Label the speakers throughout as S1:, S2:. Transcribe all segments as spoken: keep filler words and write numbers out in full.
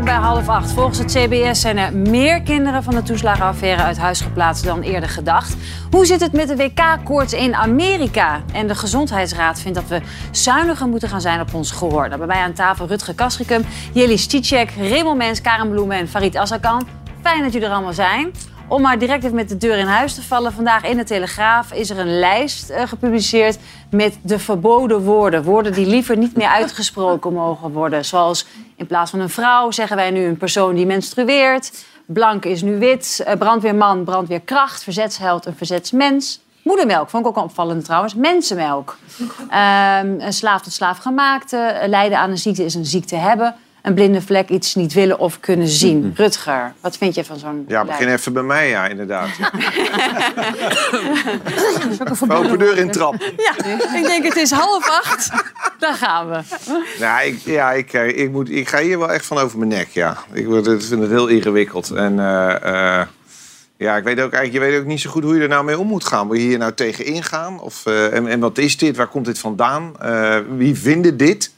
S1: bij half acht. Volgens het C B S zijn er meer kinderen van de toeslagenaffaire uit huis geplaatst dan eerder gedacht. Hoe zit het met de W K-koorts in Amerika? En de Gezondheidsraad vindt dat we zuiniger moeten gaan zijn op ons gehoor. Nou, bij mij aan tafel Rutger Kastrikum, Jelly Stichek, Raymond Mens, Karen Bloemen en Farid Azarkan. Fijn dat jullie er allemaal zijn. Om maar direct even met de deur in huis te vallen. Vandaag in de Telegraaf is er een lijst uh, gepubliceerd met de verboden woorden. Woorden die liever niet meer uitgesproken mogen worden. Zoals in plaats van een vrouw zeggen wij nu een persoon die menstrueert. Blank is nu wit. Uh, brandweerman, brandweerkracht. Verzetsheld, een verzetsmens. Moedermelk, vond ik ook al opvallend trouwens. Mensenmelk. Uh, een slaaf tot slaafgemaakte. Lijden aan een ziekte is een ziekte hebben. Een blinde vlek, iets niet willen of kunnen zien. Mm-hmm. Rutger, wat vind je van zo'n
S2: Ja, begin lijst? Even bij mij, ja, inderdaad. Ja.
S1: Open
S2: deur in trap.
S1: Ja, ik denk het is half acht. Daar gaan we.
S2: Nou, ik, ja, ik, ik, moet, ik ga hier wel echt van over mijn nek, ja. Ik vind het heel ingewikkeld. En uh, uh, ja, ik weet ook eigenlijk, je weet ook niet zo goed hoe je er nou mee om moet gaan. Wil je hier nou tegen ingaan? Of, uh, en, en wat is dit? Waar komt dit vandaan? Uh, wie vinden dit?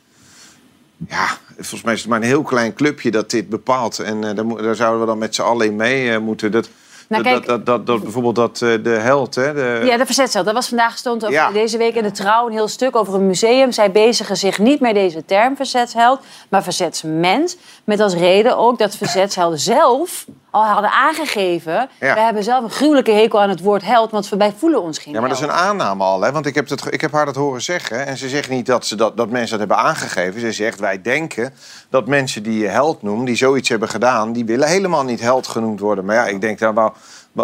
S2: Ja, volgens mij is het maar een heel klein clubje dat dit bepaalt. En uh, daar, daar zouden we dan met z'n allen in mee uh, moeten. Dat, nou, dat, kijk, dat, dat, dat bijvoorbeeld dat, uh, de held... Hè, de...
S1: Ja, de verzetsheld. Dat was vandaag gestond over
S2: ja.
S1: deze week in de Trouw. Een heel stuk over een museum. Zij bezigen zich niet met deze term verzetsheld, maar verzetsmens. Met als reden ook dat verzetshelden zelf al hadden aangegeven. Ja. We hebben zelf een gruwelijke hekel aan het woord held, want wij voelen ons geen
S2: Ja, maar
S1: held.
S2: dat is een aanname al, hè? Want ik heb, het, ik heb haar dat horen zeggen. En ze zegt niet dat, ze dat, dat mensen dat hebben aangegeven. Ze zegt, wij denken dat mensen die je held noemen, die zoiets hebben gedaan, die willen helemaal niet held genoemd worden. Maar ja, ik denk dan wel,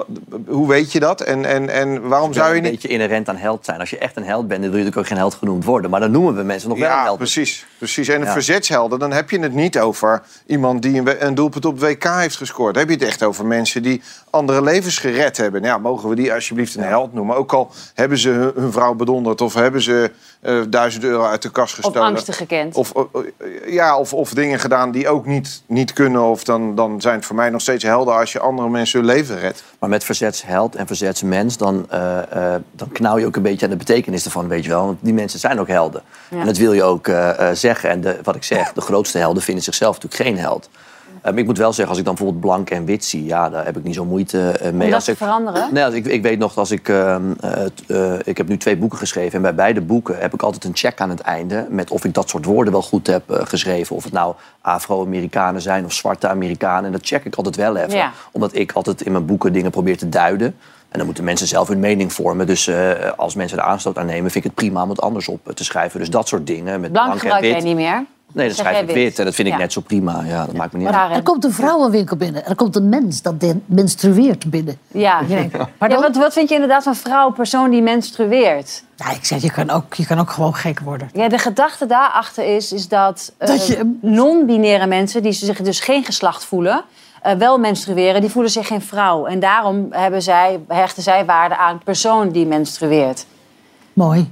S2: hoe weet je dat? En, en, en waarom zou je niet...
S3: een beetje inherent aan held zijn. Als je echt een held bent, dan wil je natuurlijk ook geen held genoemd worden. Maar dan noemen we mensen nog wel
S2: ja,
S3: een held.
S2: Precies, precies. En een
S3: ja.
S2: verzetshelden, dan heb je het niet over iemand die een, een doelpunt op W K heeft gescoord. Dan heb je het echt over mensen die andere levens gered hebben. Nou ja, mogen we die alsjeblieft een held noemen? Ook al hebben ze hun, hun vrouw bedonderd of hebben ze uh, duizend euro uit de kas gestolen.
S1: Of angsten gekend.
S2: Of, uh, ja, of, of dingen gedaan die ook niet, niet kunnen. Of dan, dan zijn het voor mij nog steeds helden als je andere mensen hun leven redt.
S3: Maar met verzetsheld en verzetsmens, dan, uh, uh, dan knauw je ook een beetje aan de betekenis ervan, weet je wel. Want die mensen zijn ook helden. Ja. En dat wil je ook uh, uh, zeggen. En de, wat ik zeg, de grootste helden vinden zichzelf natuurlijk geen held. Um, ik moet wel zeggen, als ik dan bijvoorbeeld blank en wit zie, ja, daar heb ik niet zo moeite uh, mee.
S1: Om dat
S3: als
S1: te
S3: ik,
S1: veranderen?
S3: Nee, als ik, ik weet nog, als ik, uh, uh, ik heb nu twee boeken geschreven. En bij beide boeken heb ik altijd een check aan het einde met of ik dat soort woorden wel goed heb uh, geschreven. Of het nou Afro-Amerikanen zijn of zwarte Amerikanen. En dat check ik altijd wel even. Ja. Omdat ik altijd in mijn boeken dingen probeer te duiden. En dan moeten mensen zelf hun mening vormen. Dus uh, als mensen er aanstoot aan nemen, vind ik het prima om het anders op te schrijven. Dus dat soort dingen. Met
S1: blank gebruik jij niet meer?
S3: Nee, dat schrijf ik wit. En dat vind ik ja. net zo prima. Ja, dat ja. maakt me niet
S4: uit. Er komt een vrouwenwinkel binnen. Er komt een mens dat menstrueert binnen.
S1: Ja. ja. ja wat, wat vind je inderdaad van vrouw, persoon die menstrueert?
S4: Nou, ik zeg, je kan, ook, je kan ook gewoon gek worden.
S1: Ja, de gedachte daarachter is, is dat, uh, dat je... non-binaire mensen, die zich dus geen geslacht voelen, Uh, wel menstrueren, die voelen zich geen vrouw. En daarom hebben zij, hechten zij waarde aan persoon die menstrueert.
S4: Mooi.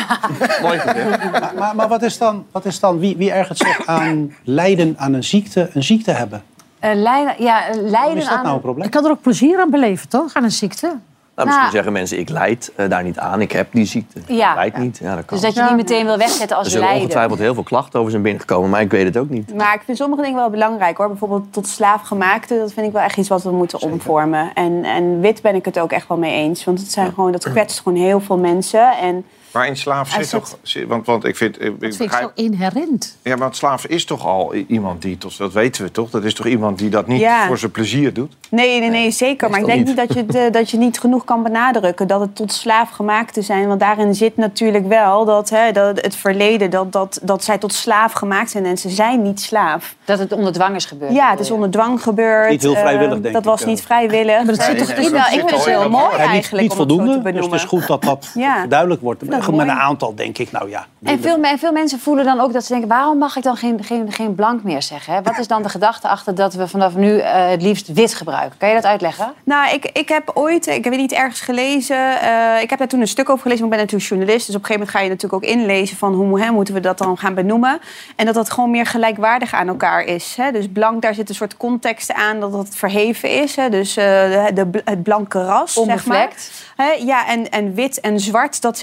S5: Mooi gezegd. Maar, maar, maar wat is dan, wat is dan wie, wie ergert zich aan lijden aan een ziekte, een ziekte hebben?
S1: Uh, lijden, ja, lijden
S5: Waarom is dat
S1: aan...
S5: nou een probleem?
S4: Je kan er ook plezier aan beleven, toch? Aan een ziekte.
S3: Nou, misschien nou, zeggen mensen, ik lijd uh, daar niet aan. Ik heb die ziekte.
S1: Ja.
S3: Ik lijd niet. Ja, dat kan.
S1: Dus dat je niet meteen wil wegzetten als
S3: lijden. Er zullen
S1: lijden.
S3: ongetwijfeld heel veel klachten over zijn binnengekomen, maar ik weet het ook niet.
S6: Maar ik vind sommige dingen wel belangrijk, hoor. Bijvoorbeeld tot slaafgemaakte, dat vind ik wel echt iets wat we moeten Zeker. omvormen. En, en wit ben ik het ook echt wel mee eens. Want het zijn ja. gewoon, dat kwetst gewoon heel veel mensen. En
S2: maar in slaaf zit toch... Want, want ik vind... Ik,
S4: dat vind ik
S2: begrijp,
S4: zo inherent.
S2: Ja, maar slaaf is toch al iemand die... Dat weten we toch? Dat is toch iemand die dat niet ja. voor zijn plezier doet?
S6: Nee, nee, nee zeker. Maar ik denk niet dat je, de, dat je niet genoeg kan benadrukken dat het tot slaaf gemaakt te zijn. Want daarin zit natuurlijk wel dat, hè, dat het verleden... Dat, dat, dat zij tot slaaf gemaakt zijn en ze zijn niet slaaf.
S1: Dat het onder dwang is gebeurd.
S6: Ja, het is onder dwang gebeurd.
S5: Niet heel vrijwillig, denk
S6: uh,
S5: ik.
S6: Dat was niet vrijwillig. Maar dat
S1: zit toch
S6: in, ik vind het heel mooi eigenlijk
S5: niet, niet
S6: om het zo te
S5: voldoende,
S6: benoemen.
S5: dus het is goed dat dat ja. duidelijk wordt. Met een aantal denk ik, nou ja.
S1: En veel, en veel mensen voelen dan ook dat ze denken, waarom mag ik dan geen, geen, geen blank meer zeggen? Hè? Wat is dan de gedachte achter dat we vanaf nu uh, het liefst wit gebruiken? Kan je dat uitleggen?
S6: Nou, ik, ik heb ooit, ik heb het niet ergens gelezen. Uh, ik heb daar toen een stuk over gelezen, maar ik ben natuurlijk journalist. Dus op een gegeven moment ga je natuurlijk ook inlezen van hoe hè, moeten we dat dan gaan benoemen. En dat dat gewoon meer gelijkwaardig aan elkaar is. Hè? Dus blank, daar zit een soort context aan dat dat verheven is. Hè? Dus uh, de, de, het blanke ras,
S1: onbevlekt.
S6: Zeg maar. Hè? Ja, en, en wit en zwart, dat zit dan uh,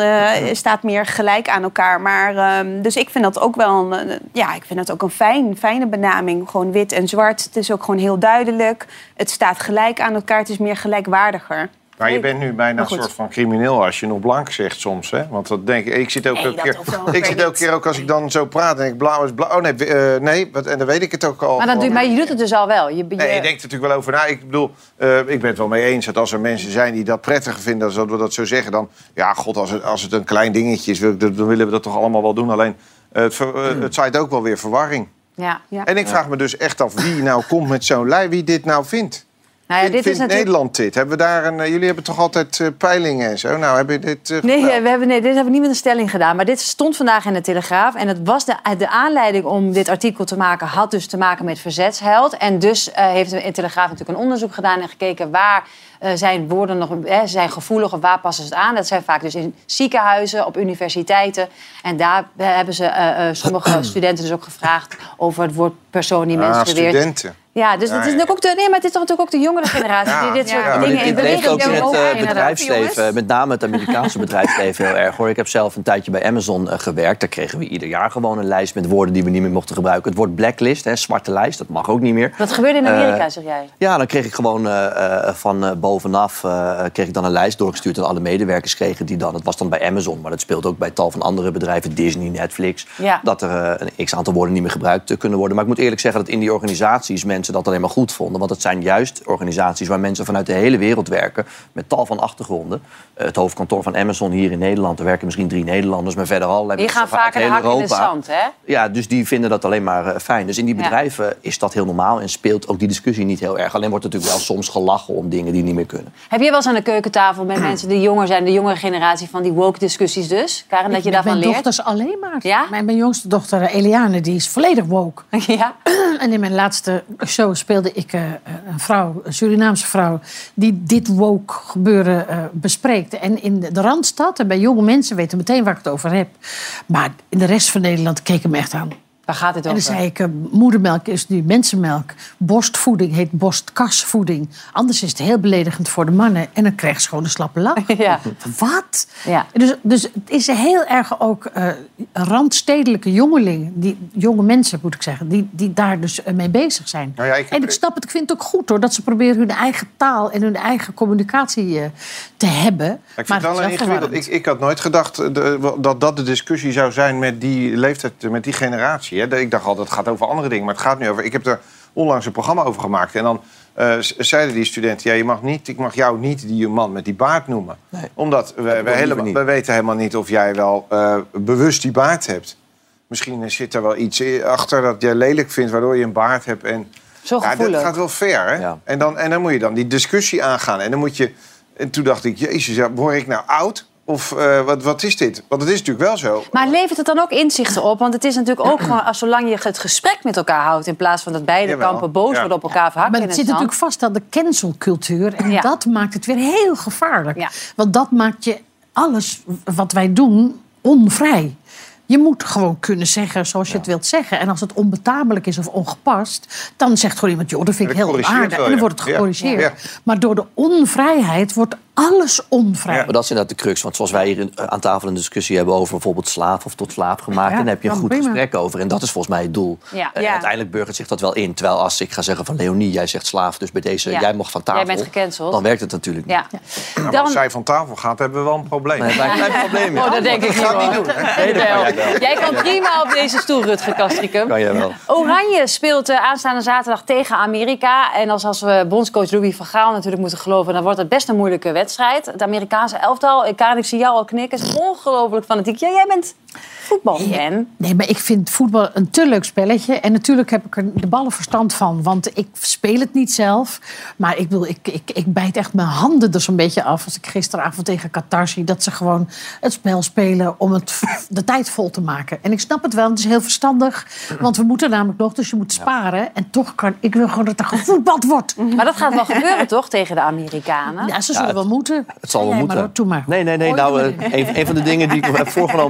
S6: uh, staat meer gelijk aan elkaar. Maar, uh, dus ik vind dat ook wel een, uh, ja, ik vind dat ook een fijn, fijne benaming. Gewoon wit en zwart. Het is ook gewoon heel duidelijk. Het staat gelijk aan elkaar. Het is meer gelijkwaardiger.
S2: Maar je bent nu bijna een soort van crimineel als je nog blank zegt soms, hè? Want dat denk ik. Ik zit ook
S6: nee,
S2: een keer.
S6: Ik,
S2: ik zit ook keer ook als ik dan zo praat en ik blauw is blauw. Oh nee, uh, nee, wat, en dan weet ik het ook al.
S1: Maar, dat doe, maar je doet het dus al wel. Je, je...
S2: Nee, je denkt er natuurlijk wel over na. Ik bedoel, uh, ik ben het wel mee eens dat als er mensen zijn die dat prettiger vinden, als we dat zo zeggen, dan ja, god, als het, als het een klein dingetje is, dan willen we dat toch allemaal wel doen. Alleen uh, het, uh, het zaait ook wel weer verwarring.
S1: Ja.
S6: Ja.
S2: En ik vraag me dus echt af wie nou komt met zo'n lei, wie dit nou vindt.
S1: Nou ja, dit
S2: vindt
S1: is natuurlijk...
S2: Nederland dit? Hebben we daar een, uh, jullie hebben toch altijd uh, peilingen en zo? Nou, hebben je dit... Uh,
S1: nee, we hebben, nee, dit hebben we niet met een stelling gedaan. Maar dit stond vandaag in de Telegraaf. En het was de, de aanleiding om dit artikel te maken... had dus te maken met verzetsheld. En dus uh, heeft de Telegraaf natuurlijk een onderzoek gedaan... en gekeken waar uh, zijn woorden nog eh, zijn gevoelig... of waar passen ze het aan. Dat zijn vaak dus in ziekenhuizen, op universiteiten. En daar hebben ze uh, uh, sommige studenten dus ook gevraagd... over het woord persoon die
S2: ah,
S1: menstrueert.
S2: studenten.
S1: Ja, dus het is natuurlijk ook de, nee, maar het is toch natuurlijk ook de jongere generatie
S2: Ja,
S1: die dit soort
S2: ja,
S1: dingen
S3: dit,
S1: in
S3: dit leeft
S1: beweging
S3: ook in
S1: brengen.
S3: het uh,
S1: Inderdaad.
S3: bedrijfsleven, met name het Amerikaanse bedrijfsleven heel erg hoor. Ik heb zelf een tijdje bij Amazon uh, gewerkt. Daar kregen we ieder jaar gewoon een lijst met woorden die we niet meer mochten gebruiken. Het woord blacklist, hè, zwarte lijst, dat mag ook niet meer.
S1: Dat gebeurde in Amerika,
S3: uh,
S1: zeg jij?
S3: Ja, dan kreeg ik gewoon uh, uh, van uh, bovenaf uh, kreeg ik dan een lijst doorgestuurd en alle medewerkers kregen die dan. Het was dan bij Amazon, maar dat speelt ook bij tal van andere bedrijven, Disney, Netflix.
S1: Ja.
S3: Dat er uh, een x-aantal woorden niet meer gebruikt uh, kunnen worden. Maar ik moet eerlijk zeggen dat in die organisaties mensen dat alleen maar goed vonden. Want het zijn juist organisaties waar mensen vanuit de hele wereld werken, met tal van achtergronden. Uh, het hoofdkantoor van Amazon hier in Nederland, er werken misschien drie Nederlanders, maar verder al.
S1: Die gaan vaker de hak in de zand, hè?
S3: Ja, dus die vinden dat alleen maar uh, fijn. Dus in die bedrijven ja. is dat heel normaal en speelt ook die discussie niet heel erg. Alleen wordt natuurlijk wel soms gelachen om dingen die niet meer kunnen.
S1: Heb je wel eens aan de keukentafel met mensen die jonger zijn, de jongere generatie van die woke-discussies dus? Karen, dat je daarvan
S4: leert?
S1: leert?
S4: Mijn dochters alleen maar.
S1: Ja?
S4: Mijn, mijn jongste dochter Eliane, die is volledig woke.
S1: Ja.
S4: En in mijn laatste show speelde ik uh, een vrouw, een Surinaamse vrouw, die dit woke gebeuren uh, bespreekt. En in de, de Randstad, en bij jonge mensen weten meteen waar ik het over heb. Maar in de rest van Nederland keken me echt aan.
S1: Waar gaat het over?
S4: En dan zei ik, uh, moedermelk is nu mensenmelk. Borstvoeding heet borstkasvoeding. Anders is het heel beledigend voor de mannen. En dan krijgen ze gewoon een slappe lach.
S1: Ja.
S4: Wat?
S1: Ja.
S4: Dus, dus het is heel erg ook uh, randstedelijke jongelingen, die, jonge mensen moet ik zeggen, die, die daar dus uh, mee bezig zijn.
S2: Nou ja, ik heb...
S4: En ik snap het, ik vind het ook goed hoor, dat ze proberen hun eigen taal en hun eigen communicatie uh, te hebben.
S2: Ik vind
S4: maar
S2: het wel
S4: het
S2: ingewikkeld. Ik, ik had nooit gedacht de, dat dat de discussie zou zijn met die leeftijd, met die generatie. Hè. Ik dacht altijd, het gaat over andere dingen, maar het gaat nu over... Ik heb er onlangs een programma over gemaakt en dan uh, zeiden die studenten... ja, je mag niet, ik mag jou niet die man met die baard noemen. Nee. Omdat we, we, helemaal, we weten helemaal niet of jij wel uh, bewust die baard hebt. Misschien zit er wel iets achter dat jij lelijk vindt, waardoor je een baard hebt. En,
S1: Zo
S2: ja, dat gaat wel ver, hè?
S3: Ja.
S2: En, dan, en dan moet je dan die discussie aangaan. En dan moet je... En toen dacht ik, jezus, word ik nou oud? Of uh, wat, wat is dit? Want het is natuurlijk wel zo.
S1: Maar levert het dan ook inzichten op? Want het is natuurlijk ook gewoon... als zolang je het gesprek met elkaar houdt... in plaats van dat beide
S2: Jawel.
S1: kampen boos
S2: Ja.
S1: worden op elkaar verhakken.
S4: Maar het zit natuurlijk vast aan de cancelcultuur. En
S1: Ja.
S4: dat maakt het weer heel gevaarlijk.
S1: Ja.
S4: Want dat maakt je alles wat wij doen onvrij. Je moet gewoon kunnen zeggen zoals je
S3: Ja.
S4: het wilt zeggen. En als het onbetamelijk is of ongepast... dan zegt gewoon iemand, joh, dat vind ik
S2: Dat
S4: heel
S2: corrigeert
S4: onaardig.
S2: wel,
S4: En dan
S2: ja.
S4: wordt het
S2: Ja.
S4: gecorrigeerd.
S2: Ja.
S4: Maar door de onvrijheid wordt alles onvrij.
S2: Ja.
S3: Maar dat is inderdaad de crux. Want zoals wij hier in, uh, aan tafel een discussie hebben over bijvoorbeeld slaaf of tot slaaf gemaakt...
S4: Ja,
S3: dan heb je een
S4: dan
S3: goed
S4: prima.
S3: gesprek over. En dat is volgens mij het doel.
S1: Ja.
S3: Uh,
S6: Ja.
S3: Uiteindelijk burgert zich dat wel in. Terwijl als ik ga zeggen van Leonie, jij zegt slaaf, dus bij deze,
S1: Ja.
S3: jij mag van tafel.
S1: Jij bent gecanceld.
S3: Dan werkt het natuurlijk niet.
S1: Ja.
S2: Nou, maar
S1: Dan...
S2: als zij van tafel gaat, hebben we wel een probleem.
S3: Nee, wij hebben een probleem mee.
S1: Oh, dat denk ik niet,
S2: gaat niet
S1: hoor.
S2: doen, hè?
S3: Nee, dat kan jij wel.
S1: Jij kan prima op deze stoel, Rutger Kastrikum.
S3: Kan jij wel.
S1: Oranje speelt uh, aanstaande zaterdag tegen Amerika. En als, als we bondscoach Louis van Gaal natuurlijk moeten geloven... dan wordt het best een moeilijke wedstrijd. Het Amerikaanse elftal, Karin, ik zie jou al knikken... is ongelooflijk fanatiek. Ja, jij bent voetbalfan.
S4: Nee, maar ik vind voetbal een te leuk spelletje. En natuurlijk heb ik er de ballen verstand van. Want ik speel het niet zelf. Maar ik, wil, ik, ik, ik bijt echt mijn handen er zo'n beetje af. Als ik gisteravond tegen Qatar zie... dat ze gewoon het spel spelen om het, de tijd vol te maken. En ik snap het wel, het is heel verstandig. Want we moeten namelijk nog, dus je moet sparen. En toch kan ik wil gewoon dat er gevoetbald wordt.
S1: Maar dat gaat wel gebeuren, toch, tegen de Amerikanen?
S4: Ja, ze zullen
S3: Ja,
S4: wel moeten.
S3: Het zal wel
S4: Jij
S3: moeten.
S4: maar, doe maar.
S3: Nee, nee, nee.
S4: Gooi
S3: Nou,
S4: er
S3: uh,
S4: maar in.
S3: een, een van de dingen die ik me heb voorgenomen nooit op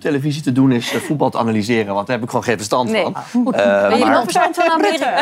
S3: televisie te doen is uh, voetbal te analyseren. Want daar heb ik gewoon geen verstand
S1: nee.
S3: van.
S1: Uh, ben je maar... wel verstand van Amerika?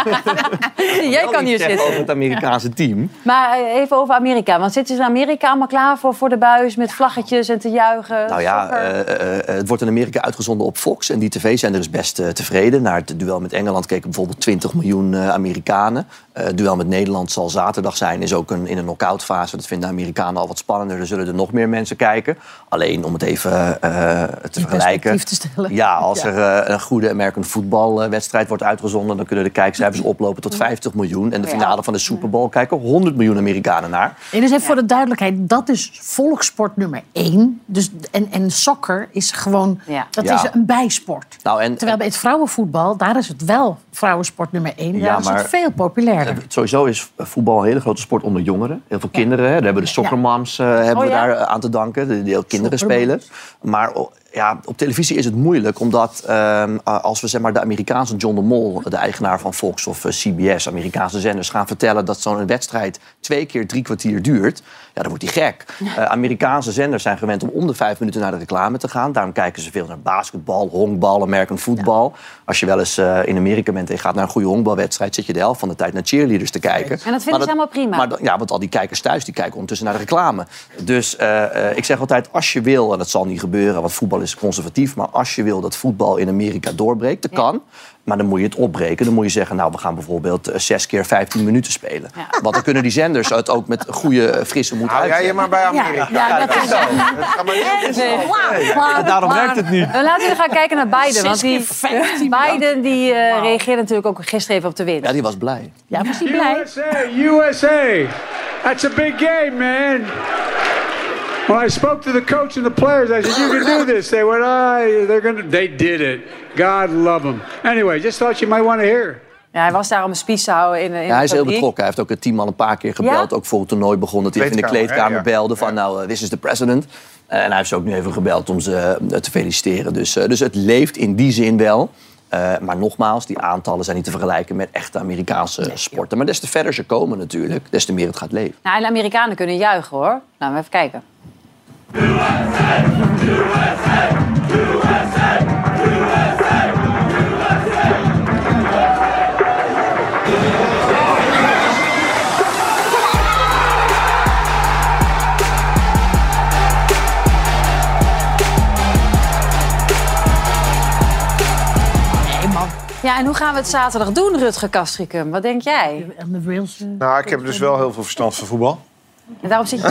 S1: Jij kan hier zitten.
S3: Over het Amerikaanse team.
S1: Maar even over Amerika. Want zitten ze in Amerika allemaal klaar voor, voor de buis met vlaggetjes en te juichen?
S3: Nou ja, uh, uh, het wordt in Amerika uitgezonden op Fox. En die tv-zender is best uh, tevreden. Naar het duel met Engeland keken bijvoorbeeld twintig miljoen uh, Amerikanen. Uh, het duel met Nederland zal zaterdag zijn. Is ook een, in een knock-out fase. Dat vinden de Amerikanen al wat spannender. Er zullen er nog meer mensen kijken. Alleen om het even uh, te vergelijken.
S4: Te stellen.
S3: Ja, als ja. er uh, een goede American voetbalwedstrijd wordt uitgezonden, dan kunnen de kijkcijfers oplopen tot vijftig miljoen. En de finale van de Super Bowl kijken honderd miljoen Amerikanen naar.
S4: En dus even voor de duidelijkheid, dat is volkssport nummer één. Dus, en, en soccer is gewoon, ja. dat ja. is een bijsport. Nou, en, Terwijl bij het vrouwenvoetbal, daar is het wel vrouwensport nummer één. Daar ja, is het veel populairder.
S3: Sowieso is voetbal een hele grote sport onder jongeren. Heel veel kinderen. Hè. Daar hebben de soccermoms uh, hebben oh, we ja? daar aan te danken. Die, die ook kinderen spelen. Maar ja, op televisie is het moeilijk, omdat uh, als we zeg maar, de Amerikaanse John de Mol, de eigenaar van Fox of uh, C B S, Amerikaanse zenders, gaan vertellen dat zo'n wedstrijd twee keer drie kwartier duurt, ja, dan wordt hij gek. Uh, Amerikaanse zenders zijn gewend om om de vijf minuten naar de reclame te gaan. Daarom kijken ze veel naar basketbal, honkbal, American voetbal. Ja. Als je wel eens uh, in Amerika bent en je gaat naar een goede honkbalwedstrijd, zit je de helft van de tijd naar cheerleaders te kijken.
S1: En dat vinden ze helemaal prima.
S3: Maar dat, ja, want al die kijkers thuis, die kijken ondertussen naar de reclame. Dus uh, uh, ik zeg altijd, als je wil, en dat zal niet gebeuren, want voetbal is conservatief, maar als je wil dat voetbal in Amerika doorbreekt, dat kan. Ja. Maar dan moet je het opbreken. Dan moet je zeggen, nou, we gaan bijvoorbeeld zes keer vijftien minuten spelen. Ja. Want dan kunnen die zenders het ook met goede, frisse moed
S2: uit. Ja, je maar bij Amerika. Ja, ja, dat is zo. Dat gaat maar niet.
S3: Nee. Nee. Ja, daarom werkt het niet.
S1: Laten we gaan kijken naar Biden. Want die, Biden die, uh, wow. reageerde natuurlijk ook gisteren even op de winst.
S3: Ja, die was blij.
S4: Ja, was die blij?
S7: U S A, U S A. That's a big game, man. When I spoke to the coach and the players, I said, you can do this. They went, ah, they're gonna. They did it. God love them. Anyway, just thought you might want to hear.
S1: Ja, hij was daar om een speech te houden in, in
S3: ja, hij is heel betrokken. Hij heeft ook het team al een paar keer gebeld. Ja? Ook voor het toernooi begon dat hij in de kleedkamer ja, ja. belde van, nou, uh, this is the president. Uh, en hij heeft ze ook nu even gebeld om ze uh, te feliciteren. Dus, uh, dus het leeft in die zin wel. Uh, maar nogmaals, die aantallen zijn niet te vergelijken met echte Amerikaanse nee, sporten. Maar des te verder ze komen natuurlijk, des te meer het gaat leven.
S1: Nou, en de Amerikanen kunnen juichen, hoor. Nou, even kijken. U S A! U S A! U S A! U S A! Ja, en hoe gaan we het zaterdag doen, Rutger Kastricum? Wat denk jij?
S2: Nou, ik heb dus wel heel veel verstand van voetbal.
S1: En daarom zit je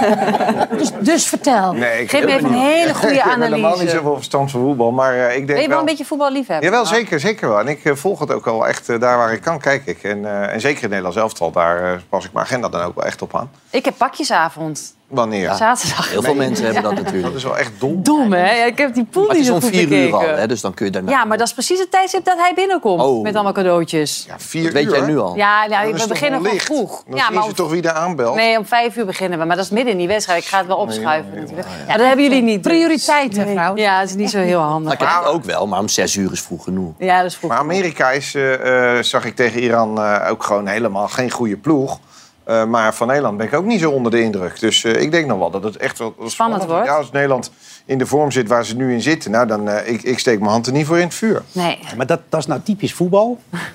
S1: er ook. dus, dus vertel. Nee, Geef me even een hele goede analyse. Ik heb
S2: helemaal niet zoveel verstand van voetbal, maar uh, ik denk
S1: Ben je wel,
S2: wel
S1: een beetje voetballiefhebber?
S2: Jawel, zeker, zeker wel. En ik uh, volg het ook al echt uh, daar waar ik kan, kijk ik. En, uh, en zeker in Nederlands elftal, daar uh, pas ik mijn agenda dan ook wel echt op aan.
S1: Ik heb pakjesavond.
S2: Wanneer? Ja.
S1: Zaterdag.
S3: Heel veel nee. mensen hebben dat natuurlijk.
S2: Dat is wel echt dom.
S1: Dom, hè? Ja, ik heb die pool niet zo goed gekeken.
S3: Het is om vier uur al, hè? Dus dan kun je daarna...
S1: Ja, maar dat is precies het tijdstip dat hij binnenkomt. Oh. Met allemaal cadeautjes.
S2: Ja, vier
S3: dat weet
S2: uur,
S3: jij nu al.
S1: Ja, ja we beginnen gewoon vroeg.
S2: Dan ja, maar om... toch wie er aanbelt.
S1: Nee, om vijf uur beginnen we. Maar dat is midden in die wedstrijd. Ik ga het wel opschuiven. Nee, ja, ja, dat hebben jullie niet.
S4: Prioriteiten,
S1: nee.
S4: vrouw.
S1: Ja, dat is niet zo heel handig.
S3: Maar ik heb het ook wel, maar om zes uur is vroeg genoeg.
S1: Ja, dat is vroeg.
S2: Maar Amerika is, uh, uh, zag ik tegen Iran uh, ook gewoon helemaal geen goede ploeg. Uh, maar van Nederland ben ik ook niet zo onder de indruk. Dus uh, ik denk nog wel dat het echt wel
S1: spannend, spannend wordt.
S2: Ja, als Nederland in de vorm zit waar ze nu in zitten, nou, dan uh, ik, ik steek mijn hand er niet voor in het vuur.
S1: Nee.
S5: Ja, maar dat, dat is nou typisch voetbal.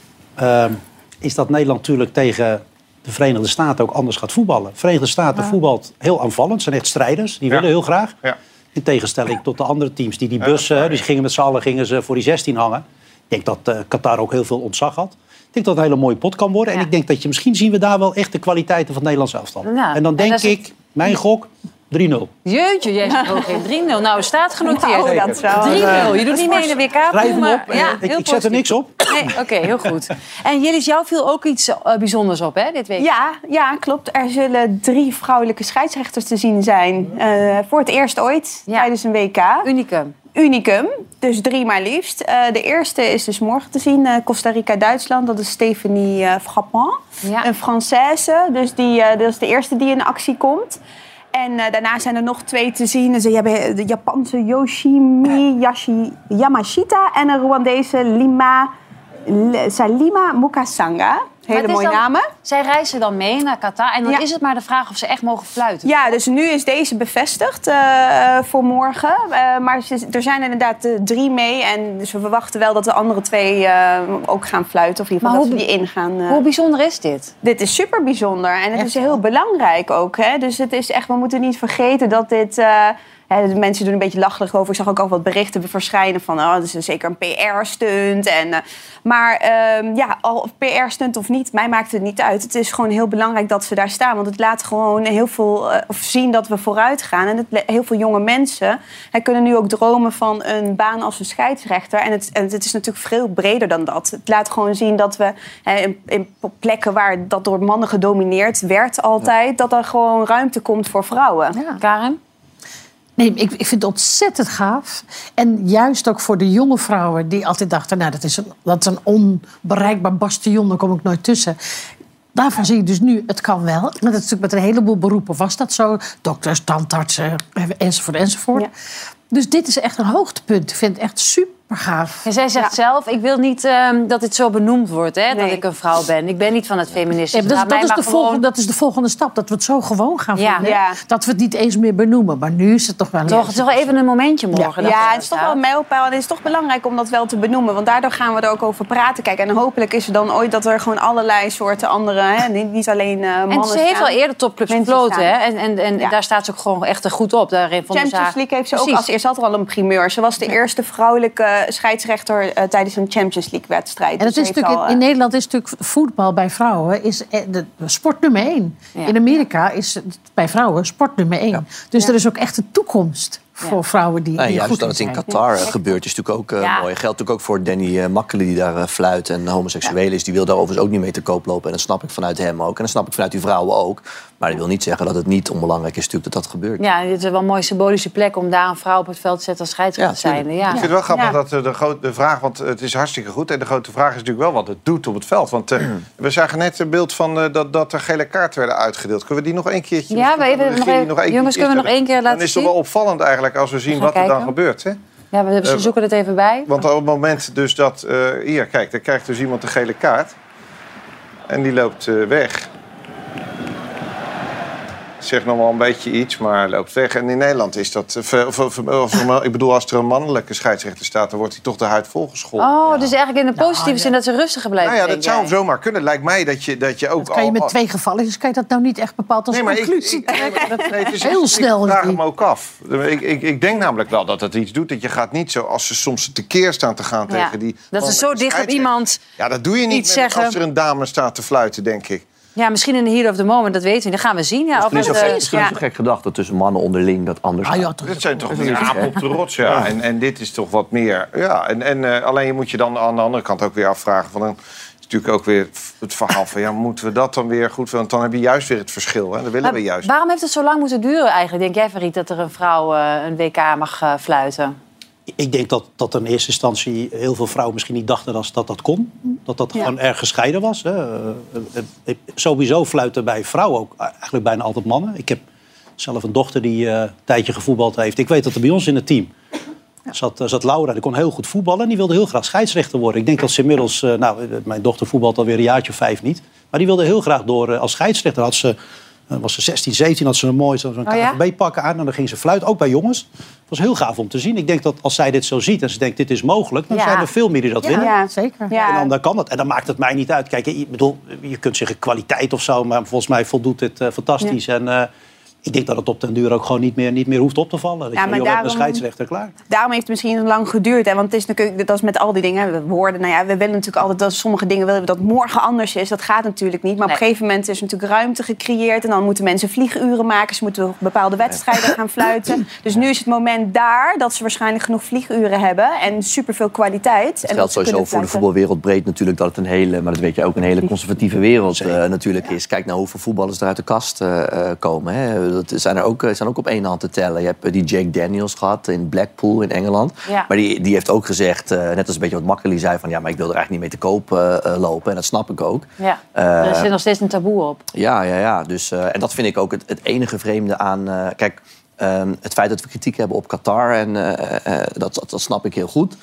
S5: uh, is dat Nederland natuurlijk tegen de Verenigde Staten ook anders gaat voetballen. De Verenigde Staten ja. voetbalt heel aanvallend. Zijn echt strijders. Die ja. willen heel graag. Ja. In tegenstelling tot de andere teams die die bussen... Ja, dus gingen met z'n allen gingen ze voor die zestien hangen. Ik denk dat uh, Qatar ook heel veel ontzag had. Ik denk dat het een hele mooie pot kan worden. Ja. En ik denk dat je misschien zien we daar wel echt de kwaliteiten van het Nederlands elftal. Ja. En dan denk en ik, het... mijn gok, drie nul.
S1: Jeetje, jij zegt ook geen drie nul. Nou, staat genoteerd.
S6: Nou, dat zou...
S1: drie nul. Je doet niet mee in de W K.
S5: Schrijf me op. Ja, ik ik zet er niks op.
S1: Nee, Oké, okay, heel goed. En Jillis, jou viel ook iets uh, bijzonders op, hè, dit week?
S6: Ja, ja, klopt. Er zullen drie vrouwelijke scheidsrechters te zien zijn. Uh, voor het eerst ooit, ja. tijdens een W K.
S1: Unicum.
S6: Unicum, dus drie maar liefst. Uh, de eerste is dus morgen te zien, uh, Costa Rica-Duitsland. Dat is Stéphanie uh, Frappant, ja. een Française. Dus die, uh, dat is de eerste die in actie komt. En uh, daarna zijn er nog twee te zien. Dus je hebt de Japanse Yoshimi Yashi, Yamashita en een Rwandese Lima, Salima Mukasanga. Hele mooie
S1: dan,
S6: namen.
S1: Zij reizen dan mee naar Qatar. En dan
S6: Ja.
S1: is het maar de vraag of ze echt mogen fluiten.
S6: Ja, dus nu is deze bevestigd uh, voor morgen. Uh, maar er zijn inderdaad uh, drie mee. En dus we verwachten wel dat de andere twee uh, ook gaan fluiten. Of in ieder geval
S1: Maar
S6: dat
S1: hoe,
S6: ze die ingaan. Uh.
S1: Hoe bijzonder is dit?
S6: Dit is super bijzonder. En het
S4: Echt,
S6: is heel belangrijk ook. Hè? Dus het is echt, we moeten niet vergeten dat dit... Uh, He, de mensen doen een beetje lachelijk over. Ik zag ook al wat berichten verschijnen van... oh, dat is zeker een P R-stunt. En, uh, maar uh, ja, al P R-stunt of niet, mij maakt het niet uit. Het is gewoon heel belangrijk dat ze daar staan. Want het laat gewoon heel veel uh, of zien dat we vooruit gaan. En het, heel veel jonge mensen he, kunnen nu ook dromen van een baan als een scheidsrechter. En het, en het is natuurlijk veel breder dan dat. Het laat gewoon zien dat we he, in, in plekken waar dat door mannen gedomineerd werd altijd... Ja. dat er gewoon ruimte komt voor vrouwen.
S1: Ja. Karen?
S4: Nee, ik, ik vind het ontzettend gaaf. En juist ook voor de jonge vrouwen die altijd dachten... nou, dat is een, dat is een onbereikbaar bastion, daar kom ik nooit tussen. Daarvan zie je dus nu, het kan wel. Maar dat is natuurlijk met een heleboel beroepen was dat zo. Dokters, tandartsen, enzovoort, enzovoort. Ja. Dus dit is echt een hoogtepunt. Ik vind het echt super gaaf.
S1: En zij zegt ja. zelf, ik wil niet um, dat dit zo benoemd wordt, hè, nee. dat ik een vrouw ben. Ik ben niet van het feminisme.
S4: Ja, dat, dat, is de gewoon... volgende, dat is de volgende stap. Dat we het zo gewoon gaan vinden. Ja. Ja. Dat we het niet eens meer benoemen. Maar nu is het toch wel...
S1: Toch, toch even een momentje morgen.
S6: Ja, ja het is toch wel een mijlpaal. En het is toch belangrijk om dat wel te benoemen. Want daardoor gaan we er ook over praten. Kijk, en hopelijk is er dan ooit dat er gewoon allerlei soorten andere... Hè, niet, niet alleen uh, mannen
S1: En ze heeft al eerder topclubs gefloten. Hè? En, en, en ja. daar staat ze ook gewoon echt goed op. Daarin
S6: Champions League heeft ze Precies. ook als eerste had er al een primeur. Ze was de ja. eerste vrouwelijke scheidsrechter Uh, tijdens een Champions League wedstrijd.
S4: En het
S6: dus
S4: is natuurlijk, al, uh... in Nederland is natuurlijk voetbal bij vrouwen is de sport nummer één. Ja. In Amerika is het bij vrouwen sport nummer één. Ja. Dus ja. er is ook echt een toekomst voor ja. vrouwen die, die
S3: ja,
S4: goed
S3: juist dat het in Qatar ja. gebeurt is natuurlijk ook uh, ja. mooi. Geldt natuurlijk ook voor Danny uh, Makkely die daar uh, fluit en homoseksueel is. Die wil daar overigens ook niet mee te koop lopen. En dat snap ik vanuit hem ook. En dat snap ik vanuit die vrouwen ook. Maar dat wil niet zeggen dat het niet onbelangrijk is natuurlijk dat dat gebeurt.
S1: Ja, dit is wel een mooie symbolische plek om daar een vrouw op het veld te zetten als scheidsrechter ja, te zijn. Ja.
S2: Ik vind het wel grappig ja. dat de, grote, de vraag, want het is hartstikke goed. En de grote vraag is natuurlijk wel wat het doet op het veld. Want uh, we zagen net een beeld van uh, dat, dat er gele kaarten werden uitgedeeld. Kunnen we die nog een keertje...
S1: Ja, we even, nog even, nog een jongens, kunnen we nog één keer laten zien?
S2: Dan is het wel opvallend eigenlijk als we zien wat er dan gebeurt. Hè?
S1: Ja, we uh, zoeken het even bij.
S2: Want op het moment dus dat... Uh, hier, kijk, dan krijgt dus iemand een gele kaart. En die loopt uh, weg. Zegt nog wel een beetje iets, maar loopt weg. En in Nederland is dat... Of, of, of, of, ik bedoel, als er een mannelijke scheidsrechter staat... dan wordt hij toch de huid volgescholden.
S1: Oh, ja. Dus eigenlijk in de positieve nou, zin dat ze rustiger blijven.
S2: Nou ja, dat zou jij. zomaar kunnen. Lijkt mij dat je, dat je ook...
S4: Dat kan je
S2: al,
S4: met twee gevallen, dus kan je dat nou niet echt bepaald als nee, conclusie
S2: ik, ik,
S4: trekken.
S2: Nee, het is,
S4: heel snel.
S2: Ik vraag hem ook af. Ik, ik, ik denk namelijk wel dat het iets doet. Dat je gaat niet zo, als ze soms tekeer staan te gaan
S1: ja.
S2: tegen die...
S1: Dat is zo dicht op iemand.
S2: Ja, dat doe je niet met, als er een dame staat te fluiten, denk ik.
S1: Ja, misschien in de heat of the moment, dat weten we. Dat gaan we zien. Ja,
S3: het is niet zo,
S1: uh,
S3: ja. zo gek gedacht dat tussen mannen onderling dat anders
S2: ah, ja, toch, dat zijn toch meer apen op de rots, ja. ja. En, en dit is toch wat meer... Ja, en, en uh, alleen je moet je dan aan de andere kant ook weer afvragen... Van, dan is natuurlijk ook weer het verhaal van... ja, moeten we dat dan weer goed... want dan heb je juist weer het verschil, hè? Dat willen
S1: maar
S2: we juist.
S1: Waarom heeft het zo lang moeten duren eigenlijk? Denk jij, Farid, dat er een vrouw uh, een W K mag uh, fluiten?
S5: Ik denk dat, dat in eerste instantie heel veel vrouwen misschien niet dachten dat dat, dat kon. Dat dat ja. gewoon erg gescheiden was. Hè. Uh, uh, sowieso fluiten bij vrouwen ook eigenlijk bijna altijd mannen. Ik heb zelf een dochter die uh, een tijdje gevoetbald heeft. Ik weet dat er bij ons in het team ja. zat, uh, zat Laura. Die kon heel goed voetballen en die wilde heel graag scheidsrechter worden. Ik denk dat ze inmiddels... Uh, nou, mijn dochter voetbalt alweer een jaartje of vijf niet. Maar die wilde heel graag door uh, als scheidsrechter. Had ze... Dan was ze zestien, zeventien, had ze een mooi zo'n oh, K V B-pakken aan. En dan ging ze fluiten, ook bij jongens. Het was heel gaaf om te zien. Ik denk dat als zij dit zo ziet en ze denkt, dit is mogelijk... dan ja. zijn er veel meer die dat
S4: ja,
S5: willen.
S4: Ja, zeker. Ja.
S5: En dan, dan kan dat. En dan maakt het mij niet uit. Kijk, ik bedoel, je kunt zeggen kwaliteit of zo... maar volgens mij voldoet dit uh, fantastisch. Ja. En uh, ik denk dat het op den duur ook gewoon niet meer, niet meer hoeft op te vallen. Dat ja, je maar daarom, een scheidsrechter klaar.
S6: Daarom heeft het misschien lang geduurd. Hè? Want het is natuurlijk, dat is met al die dingen. We hoorden, nou ja, we willen natuurlijk altijd dat sommige dingen willen we dat morgen anders is. Dat gaat natuurlijk niet. Maar nee. op een gegeven moment is er natuurlijk ruimte gecreëerd. En dan moeten mensen vlieguren maken. Ze moeten bepaalde wedstrijden gaan fluiten. Dus nu is het moment daar dat ze waarschijnlijk genoeg vlieguren hebben. En superveel kwaliteit.
S3: Het geldt sowieso voor de voetbalwereld breed natuurlijk dat het een hele, maar dat weet je ook, een hele conservatieve wereld uh, natuurlijk is. Kijk nou hoeveel voetballers er uit de kast uh, komen. Hè. Dat zijn er ook, zijn ook op één hand te tellen. Je hebt die Jake Daniels gehad in Blackpool in Engeland. Ja. Maar die, die heeft ook gezegd, uh, net als een beetje wat Makkely zei... van ja, maar ik wil er eigenlijk niet mee te koop uh, lopen. En dat snap ik ook. Ja.
S1: Uh, er zit nog steeds een taboe op.
S3: Ja, ja, ja. Dus, uh, en dat vind ik ook het, het enige vreemde aan... Uh, kijk, um, het feit dat we kritiek hebben op Qatar... en uh, uh, dat, dat, dat snap ik heel goed...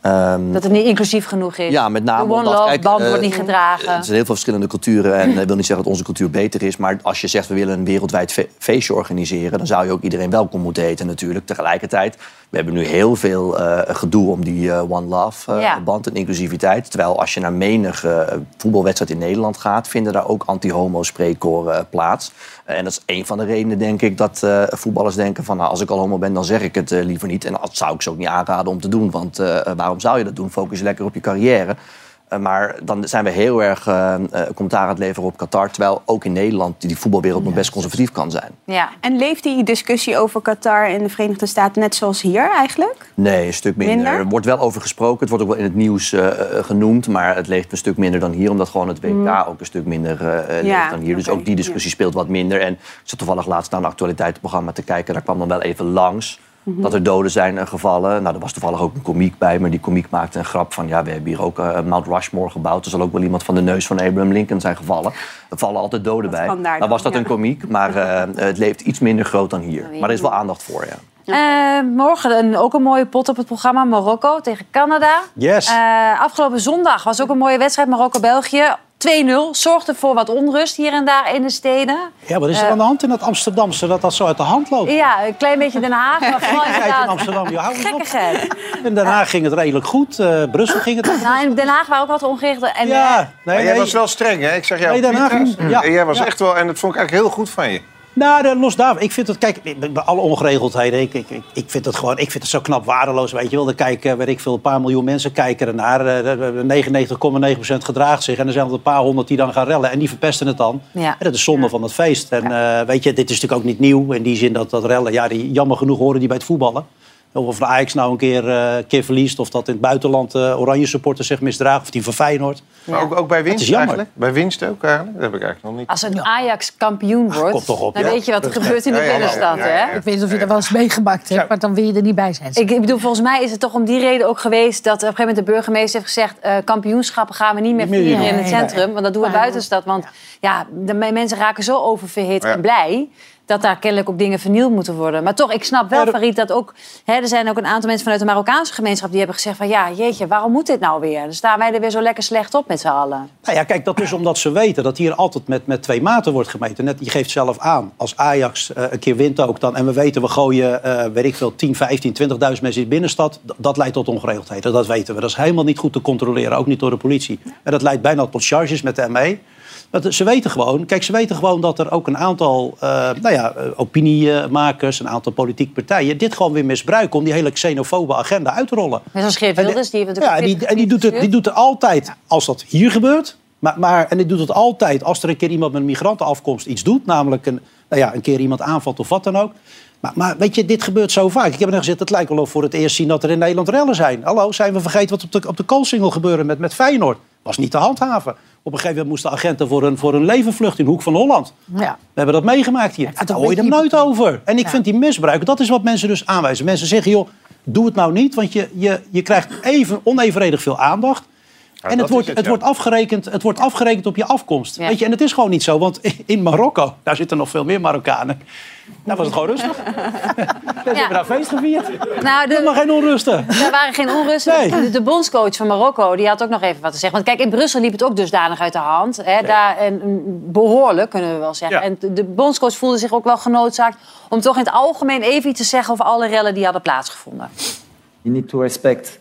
S3: Um,
S1: dat het niet inclusief genoeg is.
S3: Ja, met name
S1: de One
S3: omdat,
S1: Love
S3: kijk,
S1: band
S3: uh,
S1: wordt niet gedragen.
S3: Er zijn heel veel verschillende culturen. En ik wil niet zeggen dat onze cultuur beter is. Maar als je zegt, we willen een wereldwijd fe- feestje organiseren... dan zou je ook iedereen welkom moeten heten natuurlijk. Tegelijkertijd, we hebben nu heel veel uh, gedoe om die uh, One Love uh,
S1: ja.
S3: band en inclusiviteit. Terwijl als je naar menig uh, voetbalwedstrijd in Nederland gaat... vinden daar ook anti-homo spreekkoren uh, plaats. Uh, en dat is een van de redenen, denk ik, dat uh, voetballers denken van... Nou, als ik al homo ben, dan zeg ik het uh, liever niet. En dat zou ik ze ook niet aanraden om te doen. Want uh, waarom zou je dat doen? Focus je lekker op je carrière. Uh, maar dan zijn we heel erg uh, uh, commentaar aan het leveren op Qatar. Terwijl ook in Nederland die, die voetbalwereld nog best conservatief kan zijn.
S6: Ja. En leeft die discussie over Qatar in de Verenigde Staten net zoals hier eigenlijk?
S3: Nee, een stuk minder. minder? Er wordt wel over gesproken. Het wordt ook wel in het nieuws uh, genoemd. Maar het leeft een stuk minder dan hier. Omdat gewoon het W K mm. ook een stuk minder uh, leeft ja, dan hier. Dus okay. ook die discussie ja. speelt wat minder. En ik zat toevallig laatst naar een actualiteitenprogramma te kijken. Daar kwam dan wel even langs. Mm-hmm. Dat er doden zijn uh, gevallen. Nou, er was toevallig ook een komiek bij. Maar die komiek maakte een grap van... ja, we hebben hier ook uh, Mount Rushmore gebouwd. Er zal ook wel iemand van de neus van Abraham Lincoln zijn gevallen. Er vallen altijd doden bij. Dan, dan was dat ja. een komiek. Maar uh, het leeft iets minder groot dan hier. Maar er is wel aandacht voor, ja.
S1: Uh, morgen een, ook een mooie pot op het programma. Marokko tegen Canada.
S5: Yes.
S1: Uh, afgelopen zondag was ook een mooie wedstrijd. Marokko-België. twee nul. Zorgde voor wat onrust hier en daar in de steden.
S5: Ja, wat is er uh, aan de hand in dat Amsterdamse dat dat zo uit de hand loopt?
S1: Ja, een klein beetje Den Haag. Maar vooral
S5: in Amsterdam, je houdt
S1: gekkigheid.
S5: In Den Haag ging het redelijk goed. Uh, Brussel ging het goed.
S1: Nou, in Den Haag waren ook wat ongeregeld. En,
S2: ja, nee, maar jij nee. was wel streng, hè? Ik zag jou
S5: nee, Den Haag,
S2: ja. Jij was ja. echt wel, en dat vond ik eigenlijk heel goed van je.
S5: Nou, los daarvan. Ik vind het, kijk, bij alle ongeregeldheden, ik, ik, ik vind het gewoon, ik vind het zo knap waardeloos, weet je wel. Er kijken, weet ik veel, een paar miljoen mensen kijken ernaar. negenennegentig komma negen procent gedraagt zich en er zijn er een paar honderd die dan gaan rellen en die verpesten het dan. Ja. En dat is zonde ja. van het feest. En ja. uh, weet je, dit is natuurlijk ook niet nieuw in die zin dat dat rellen, ja, die, jammer genoeg horen die bij het voetballen. Of de Ajax nou een keer, uh, keer verliest, of dat in het buitenland uh, oranje supporters zich misdragen, of die van Feyenoord.
S2: Ja. Maar ook, ook bij winst eigenlijk? Bij winst ook eigenlijk? Dat heb ik eigenlijk nog niet.
S1: Als een Ajax kampioen wordt, Ach, toch op, dan ja. weet je wat er gebeurt in de ja, ja, binnenstad. Ja, ja, ja, ja.
S4: Hè? Ik weet niet of je er wel eens meegemaakt hebt, maar dan wil je er niet bij zijn.
S1: Ik, ik bedoel, volgens mij is het toch om die reden ook geweest dat op een gegeven moment de burgemeester heeft gezegd uh, kampioenschappen gaan we niet meer vieren nee, in het centrum, nee. want dat doen we buitenstad. Want ja, de mensen raken zo oververhit ja. en blij dat daar kennelijk ook dingen vernield moeten worden. Maar toch, ik snap wel, Farid, dat ook... Hè, er zijn ook een aantal mensen vanuit de Marokkaanse gemeenschap die hebben gezegd van ja, jeetje, waarom moet dit nou weer? Dan staan wij er weer zo lekker slecht op met z'n allen.
S5: Nou ja, kijk, dat is omdat ze weten dat hier altijd met, met twee maten wordt gemeten. Net, je geeft zelf aan, als Ajax uh, een keer wint ook dan... en we weten, we gooien, uh, weet ik veel, tien, vijftien, twintigduizend mensen in de binnenstad... D- dat leidt tot ongeregeldheden, dat weten we. Dat is helemaal niet goed te controleren, ook niet door de politie. En dat leidt bijna tot charges met de M E. Dat, ze weten gewoon, kijk, ze weten gewoon dat er ook een aantal uh, nou ja, opiniemakers, een aantal politieke partijen dit gewoon weer misbruiken om die hele xenofobe agenda uit te rollen.
S1: Net zoals Geert Wilders, die heeft
S5: ja, en die, en die doet het, die doet het altijd als dat hier gebeurt. Maar, maar, en die doet het altijd als er een keer iemand met een migrantenafkomst iets doet, namelijk een, nou ja, een keer iemand aanvalt of wat dan ook. Maar, maar weet je, dit gebeurt zo vaak. Ik heb er gezegd, het lijkt wel of voor het eerst zien dat er in Nederland rellen zijn. Hallo, zijn we vergeten wat op de, op de koolsingel gebeurde met, met Feyenoord? Was niet te handhaven. Op een gegeven moment moesten agenten voor een, voor een levenvlucht in Hoek van Holland. Ja. We hebben dat meegemaakt hier. Ja, daar hoor je er nooit over. En ik ja. vind die misbruik, dat is wat mensen dus aanwijzen. Mensen zeggen, joh, doe het nou niet, want je, je, je krijgt even onevenredig veel aandacht. Ja, en het wordt, het, het, ja. wordt afgerekend, het wordt afgerekend op je afkomst. Ja. Weet je, en het is gewoon niet zo, want in Marokko, daar zitten nog veel meer Marokkanen. Nou was het gewoon rustig. We ja. hebben daar feest gevierd. Nou, de, maar geen onrusten.
S1: Er waren geen onrusten. Nee. De, de bondscoach van Marokko die had ook nog even wat te zeggen. Want kijk, in Brussel liep het ook dusdanig uit de hand. Hè, nee. daar, en, behoorlijk, kunnen we wel zeggen. Ja. En de, de bondscoach voelde zich ook wel genoodzaakt om toch in het algemeen even iets te zeggen over alle rellen die hadden plaatsgevonden.
S8: You need to respect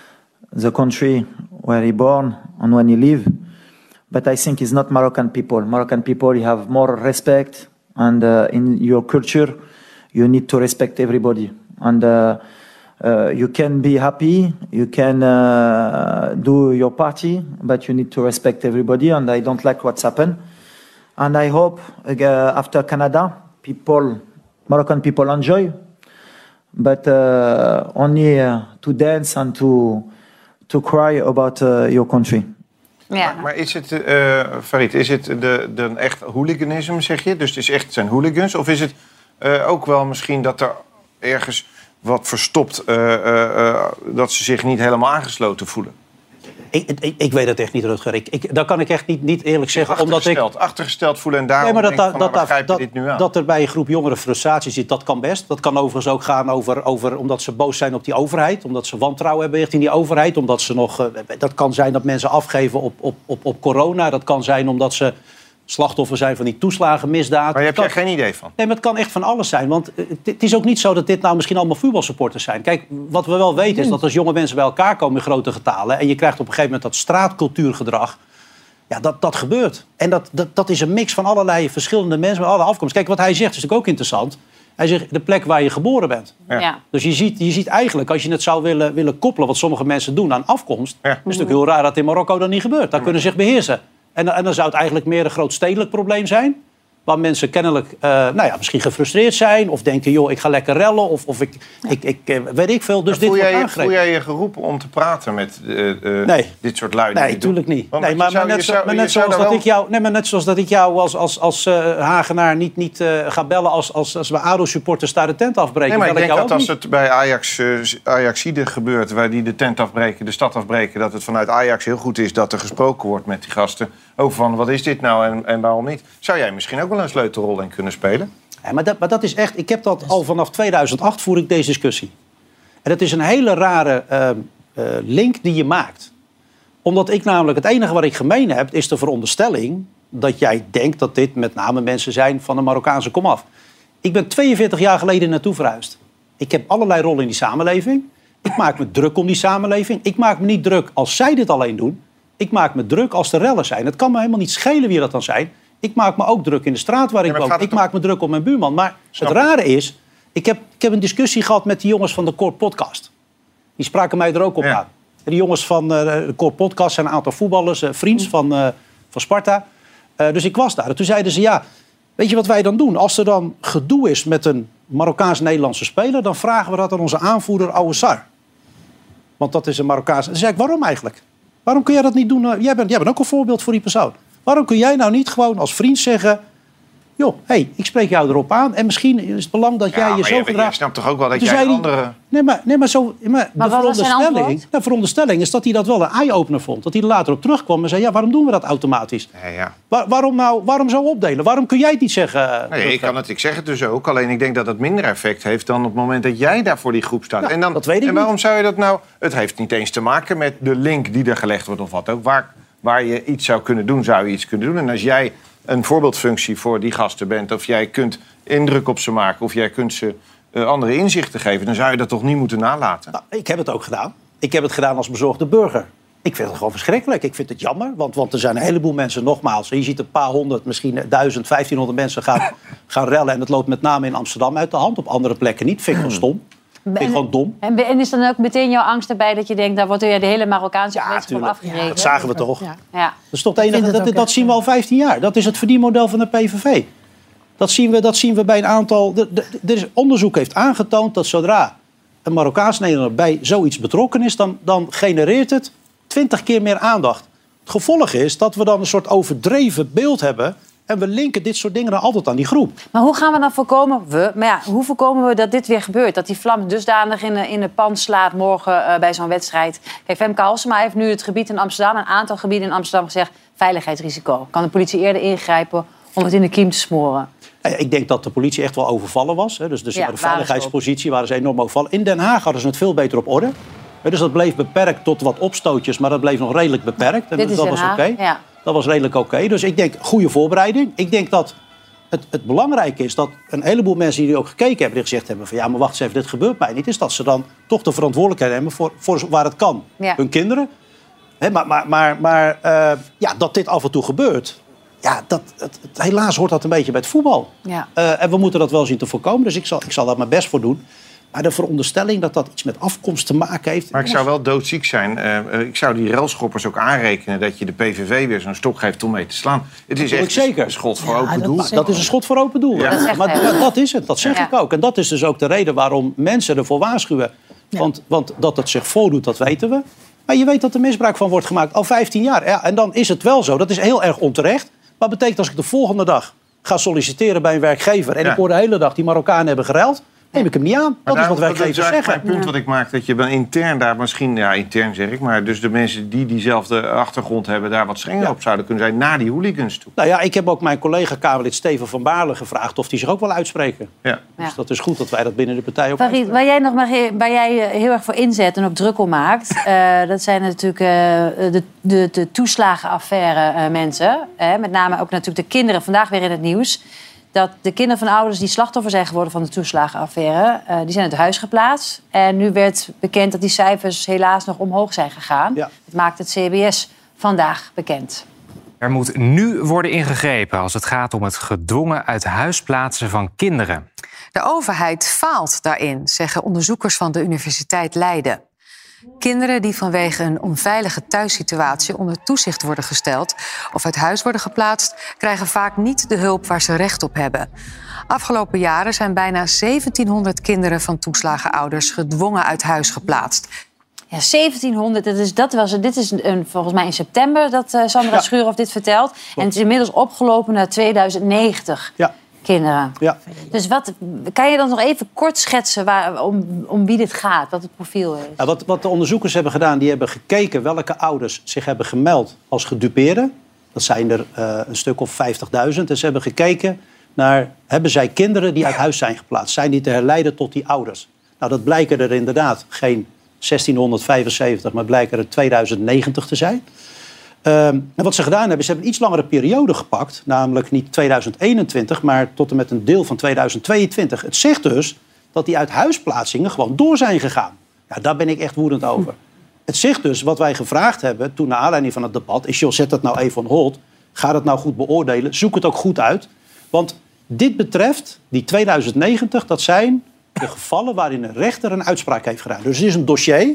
S8: the country where you born and when you live. But I think it's not Moroccan people. Moroccan people, you have more respect. And uh, in your culture, you need to respect everybody. And uh, uh, you can be happy, you can uh, do your party, but you need to respect everybody. And I don't like what's happened. And I hope uh, after Canada, people, Moroccan people enjoy, but uh, only uh, to dance and to to cry about uh, your country.
S2: Ja. Maar, maar is het, uh, Farid, is het de, de echt hooliganisme, zeg je? Dus het is echt zijn hooligans? Of is het uh, ook wel misschien dat er ergens wat verstopt, uh, uh, uh, dat ze zich niet helemaal aangesloten voelen?
S5: Ik, ik, ik weet het echt niet, Rutger. Ik, ik, dat kan ik echt niet, niet eerlijk zeggen.
S2: Achtergesteld,
S5: omdat ik,
S2: achtergesteld voelen en daarom
S5: nee, maar dat,
S2: denk ik van,
S5: dat,
S2: nou,
S5: dat,
S2: dat,
S5: dat,
S2: dit nu aan.
S5: dat er bij een groep jongeren frustratie zit, dat kan best. Dat kan overigens ook gaan over, over omdat ze boos zijn op die overheid. Omdat ze wantrouwen hebben richting die overheid. Omdat ze nog, uh, dat kan zijn dat mensen afgeven op, op, op, op corona. Dat kan zijn omdat ze slachtoffer zijn van die toeslagenmisdaad.
S2: Maar je hebt
S5: kan,
S2: er geen idee van?
S5: Nee, maar het kan echt van alles zijn. Want het is ook niet zo dat dit nou misschien allemaal voetbalsupporters zijn. Kijk, wat we wel weten is dat als jonge mensen bij elkaar komen in grote getalen... en je krijgt op een gegeven moment dat straatcultuurgedrag... ja, dat, dat gebeurt. En dat, dat, dat is een mix van allerlei verschillende mensen met alle afkomsten. Kijk, wat hij zegt is natuurlijk ook interessant. Hij zegt de plek waar je geboren bent.
S1: Ja. Ja.
S5: Dus je ziet, je ziet eigenlijk, als je het zou willen, willen koppelen... wat sommige mensen doen aan afkomst...
S2: Ja.
S5: is het natuurlijk heel raar dat in Marokko dat niet gebeurt. Daar kunnen ze zich beheersen. En, en dan zou het eigenlijk meer een groot stedelijk probleem zijn... waar mensen kennelijk uh, nou ja, misschien gefrustreerd zijn... of denken, joh, ik ga lekker rellen, of, of ik, ja. ik, ik, ik weet ik veel. Dus
S2: maar
S5: dit
S2: voel,
S5: wordt
S2: jij,
S5: aangegrepen.
S2: voel jij je geroepen om te praten met uh, uh,
S5: nee.
S2: dit soort lui?
S5: Nee, natuurlijk niet.
S2: Want
S5: Nee, maar,
S2: zou,
S5: maar net,
S2: zou,
S5: maar net zoals dat
S2: wel...
S5: ik jou, nee, maar net zoals dat ik jou als, als, als uh, Hagenaar niet, niet uh, ga bellen... als, als, als we A D O-supporters daar de tent afbreken.
S2: Nee, maar ik denk
S5: ik
S2: dat als
S5: niet.
S2: het bij Ajax, uh, Ajaxide gebeurt... waar die de tent afbreken, de stad afbreken... dat het vanuit Ajax heel goed is dat er gesproken wordt met die gasten... over van, wat is dit nou en, en waarom niet? Zou jij misschien ook wel een sleutelrol in kunnen spelen?
S5: Ja, maar, dat, maar dat is echt... Ik heb dat al vanaf tweeduizend acht voer ik deze discussie. En dat is een hele rare uh, uh, link die je maakt. Omdat ik namelijk... Het enige wat ik gemeen heb, is de veronderstelling... dat jij denkt dat dit met name mensen zijn van de Marokkaanse komaf. Ik ben tweeënveertig jaar geleden naartoe verhuisd. Ik heb allerlei rollen in die samenleving. Ik maak me druk om die samenleving. Ik maak me niet druk als zij dit alleen doen. Ik maak me druk als er rellen zijn. Het kan me helemaal niet schelen wie dat dan zijn. Ik maak me ook druk in de straat waar ik
S2: ja,
S5: woon. Ik
S2: toch...
S5: maak me druk op mijn buurman. Maar
S2: Snap
S5: het rare is... Ik heb, ik heb een discussie gehad met die jongens van de Core Podcast. Die spraken mij er ook op
S2: ja.
S5: aan. En die jongens van uh, de Core Podcast zijn een aantal voetballers, uh, vriends mm. van, uh, van Sparta. Uh, dus ik was daar. En toen zeiden ze, ja, weet je wat wij dan doen? Als er dan gedoe is met een Marokkaans-Nederlandse speler... dan vragen we dat aan onze aanvoerder Ouassar. Want dat is een Marokkaans... En toen zei ik, waarom eigenlijk? Waarom kun jij dat niet doen? Uh, jij, bent, jij bent ook een voorbeeld voor die persoon. Waarom kun jij nou niet gewoon als vriend zeggen... joh, hey, ik spreek jou erop aan. En misschien is het belang dat jij
S2: ja,
S5: je zo
S2: je,
S5: gedraagt.
S2: Je snapt toch ook wel dat
S5: Toen
S2: jij
S5: zei
S2: een
S5: die,
S2: andere...
S5: Nee, maar, nee, maar, zo, maar,
S1: maar
S5: de,
S1: wat was zijn
S5: veronderstelling, de veronderstelling is dat hij dat wel een eye-opener vond. Dat hij er later op terugkwam en zei... ja, waarom doen we dat automatisch?
S2: Ja, ja.
S5: Waar, waarom, nou, waarom zo opdelen? Waarom kun jij het niet zeggen?
S2: Nee, ik, kan het, ik zeg het dus ook. Alleen ik denk dat het minder effect heeft dan op het moment dat jij daar voor die groep staat.
S5: Ja,
S2: en dan,
S5: dat weet ik
S2: en waarom
S5: niet.
S2: zou je dat nou... Het heeft niet eens te maken met de link die er gelegd wordt of wat ook. Waar, waar je iets zou kunnen doen, zou je iets kunnen doen. En als jij een voorbeeldfunctie voor die gasten bent... of jij kunt indruk op ze maken... of jij kunt ze uh, andere inzichten geven... dan zou je dat toch niet moeten nalaten?
S5: Nou, ik heb het ook gedaan. Ik heb het gedaan als bezorgde burger. Ik vind het gewoon verschrikkelijk. Ik vind het jammer. Want, want er zijn een heleboel mensen, nogmaals... je ziet een paar honderd, misschien duizend, vijftienhonderd mensen gaan, gaan rellen... en het loopt met name in Amsterdam uit de hand. Op andere plekken niet. Vind ik gewoon stom. Vind ik gewoon dom.
S1: En, en is dan ook meteen jouw angst erbij dat je denkt... daar wordt er de hele Marokkaanse gemeenschap afgerekend?
S5: Ja, dat zagen we toch.
S1: Ja. Ja.
S5: Dat, is toch het enige, dat, dat, dat zien we al vijftien jaar. Dat is het verdienmodel van de P V V. Dat zien we, dat zien we bij een aantal... De, de, de, de onderzoek heeft aangetoond dat zodra een Marokkaans Nederlander bij zoiets betrokken is... dan, dan genereert het twintig keer meer aandacht. Het gevolg is dat we dan een soort overdreven beeld hebben... en we linken dit soort dingen dan altijd aan die groep.
S1: Maar hoe gaan we dan voorkomen... We, maar ja, hoe voorkomen we dat dit weer gebeurt? Dat die vlam dusdanig in de, in de pan slaat morgen uh, bij zo'n wedstrijd. Kijk, Femke Halsema heeft nu het gebied in Amsterdam... een aantal gebieden in Amsterdam gezegd... veiligheidsrisico. Kan de politie eerder ingrijpen om het in de kiem te smoren?
S5: Ik denk dat de politie echt wel overvallen was. Hè. Dus, dus
S1: ja,
S5: de veiligheidspositie waren ze enorm overvallen. In Den Haag hadden ze het veel beter op orde. Dus dat bleef beperkt tot wat opstootjes... maar dat bleef nog redelijk beperkt. En
S1: Dit is
S5: dat
S1: Den
S5: was
S1: Haag,
S5: oké.
S1: okay. Ja.
S5: Dat was redelijk oké. Okay. Dus ik denk, goede voorbereiding. Ik denk dat het, het belangrijke is dat een heleboel mensen die ook gekeken hebben... die gezegd hebben van ja, maar wacht eens even, dit gebeurt mij niet... is dat ze dan toch de verantwoordelijkheid hebben voor, voor waar het kan.
S1: Ja.
S5: Hun kinderen. He, maar maar, maar, maar uh, ja, dat dit af en toe gebeurt... ja, dat, het, het, helaas hoort dat een beetje bij het voetbal.
S1: Ja.
S5: Uh, en we moeten dat wel zien te voorkomen. Dus ik zal, ik zal daar mijn best voor doen. Maar de veronderstelling dat dat iets met afkomst te maken heeft...
S2: Maar ik zou wel doodziek zijn. Uh, ik zou die relschoppers ook aanrekenen... dat je de P V V weer zo'n stok geeft om mee te slaan. Het is echt
S5: zeker.
S2: een schot voor
S5: ja,
S2: open
S5: dat,
S2: doel.
S5: Dat is een schot voor open doel.
S2: Ja.
S5: Dat maar dat, dat is het, dat zeg
S1: ja.
S5: ik ook. En dat is dus ook de reden waarom mensen ervoor waarschuwen. Ja. Want, want dat het zich voordoet, dat weten we. Maar je weet dat er misbruik van wordt gemaakt al vijftien jaar. Ja, en dan is het wel zo. Dat is heel erg onterecht. Maar betekent als ik de volgende dag ga solliciteren bij een werkgever... en
S2: ja.
S5: ik hoor de hele dag die Marokkanen hebben geruild... neem ik hem niet aan. Dat
S2: maar
S5: is wat
S2: daarom-
S5: werkgevers
S2: dat is
S5: zeggen.
S2: mijn punt wat ik maak, dat je dan intern daar misschien, ja intern zeg ik, maar dus de mensen die diezelfde achtergrond hebben daar wat strenger
S5: Ja.
S2: op zouden kunnen zijn naar die hooligans toe.
S5: Nou ja, ik heb ook mijn collega-Kamerlid Steven van Baarle gevraagd of die zich ook wel uitspreken.
S2: Ja.
S5: Dus
S1: Ja.
S5: dat is goed dat wij dat binnen de partij ook
S1: Farid,
S5: uitspreken.
S1: waar jij, nog maar, he- waar jij je heel erg voor inzet en ook druk om maakt... eh, dat zijn natuurlijk eh, de, de, de toeslagenaffaire eh, mensen. Hè, met name ook natuurlijk de kinderen. Vandaag weer in het nieuws. Dat de kinderen van ouders die slachtoffer zijn geworden van de toeslagenaffaire... eh, die zijn uit huis geplaatst. En nu werd bekend dat die cijfers helaas nog omhoog zijn gegaan.
S5: Ja.
S1: Dat maakt het C B S vandaag bekend.
S9: Er moet nu worden ingegrepen als het gaat om het gedwongen uit huis plaatsen van kinderen.
S10: De overheid faalt daarin, zeggen onderzoekers van de Universiteit Leiden. Kinderen die vanwege een onveilige thuissituatie onder toezicht worden gesteld of uit huis worden geplaatst, krijgen vaak niet de hulp waar ze recht op hebben. Afgelopen jaren zijn bijna zeventienhonderd kinderen van toeslagenouders gedwongen uit huis geplaatst.
S1: Ja, zeventienhonderd, dat is, dat was, dit is een, volgens mij in september dat uh, Sandra
S5: Ja.
S1: Schuurhoff dit vertelt. En het is inmiddels opgelopen naar tweeduizend negentig
S5: Ja.
S1: kinderen.
S5: Ja.
S1: Dus wat, kan je dan nog even kort schetsen waar, om, om wie dit gaat, wat het profiel is?
S5: Nou, wat, wat de onderzoekers hebben gedaan, die hebben gekeken welke ouders zich hebben gemeld als gedupeerden. Dat zijn er uh, een stuk of vijftigduizend. En ze hebben gekeken naar, hebben zij kinderen die uit huis zijn geplaatst? Zijn die te herleiden tot die ouders? Nou, dat blijken er inderdaad geen zestienhonderdvijfenzeventig, maar blijken er tweeduizend negentig te zijn. Um, en wat ze gedaan hebben, ze hebben een iets langere periode gepakt. Namelijk niet tweeduizend eenentwintig, maar tot en met een deel van tweeduizend tweeëntwintig. Het zegt dus dat die uithuisplaatsingen gewoon door zijn gegaan. Ja, daar ben ik echt woedend over. Het zegt dus, wat wij gevraagd hebben toen naar aanleiding van het debat, is joh, zet dat nou even on hold. Ga dat nou goed beoordelen. Zoek het ook goed uit. Want dit betreft, die tweeduizend negentig, dat zijn de gevallen waarin een rechter een uitspraak heeft gedaan. Dus het is een dossier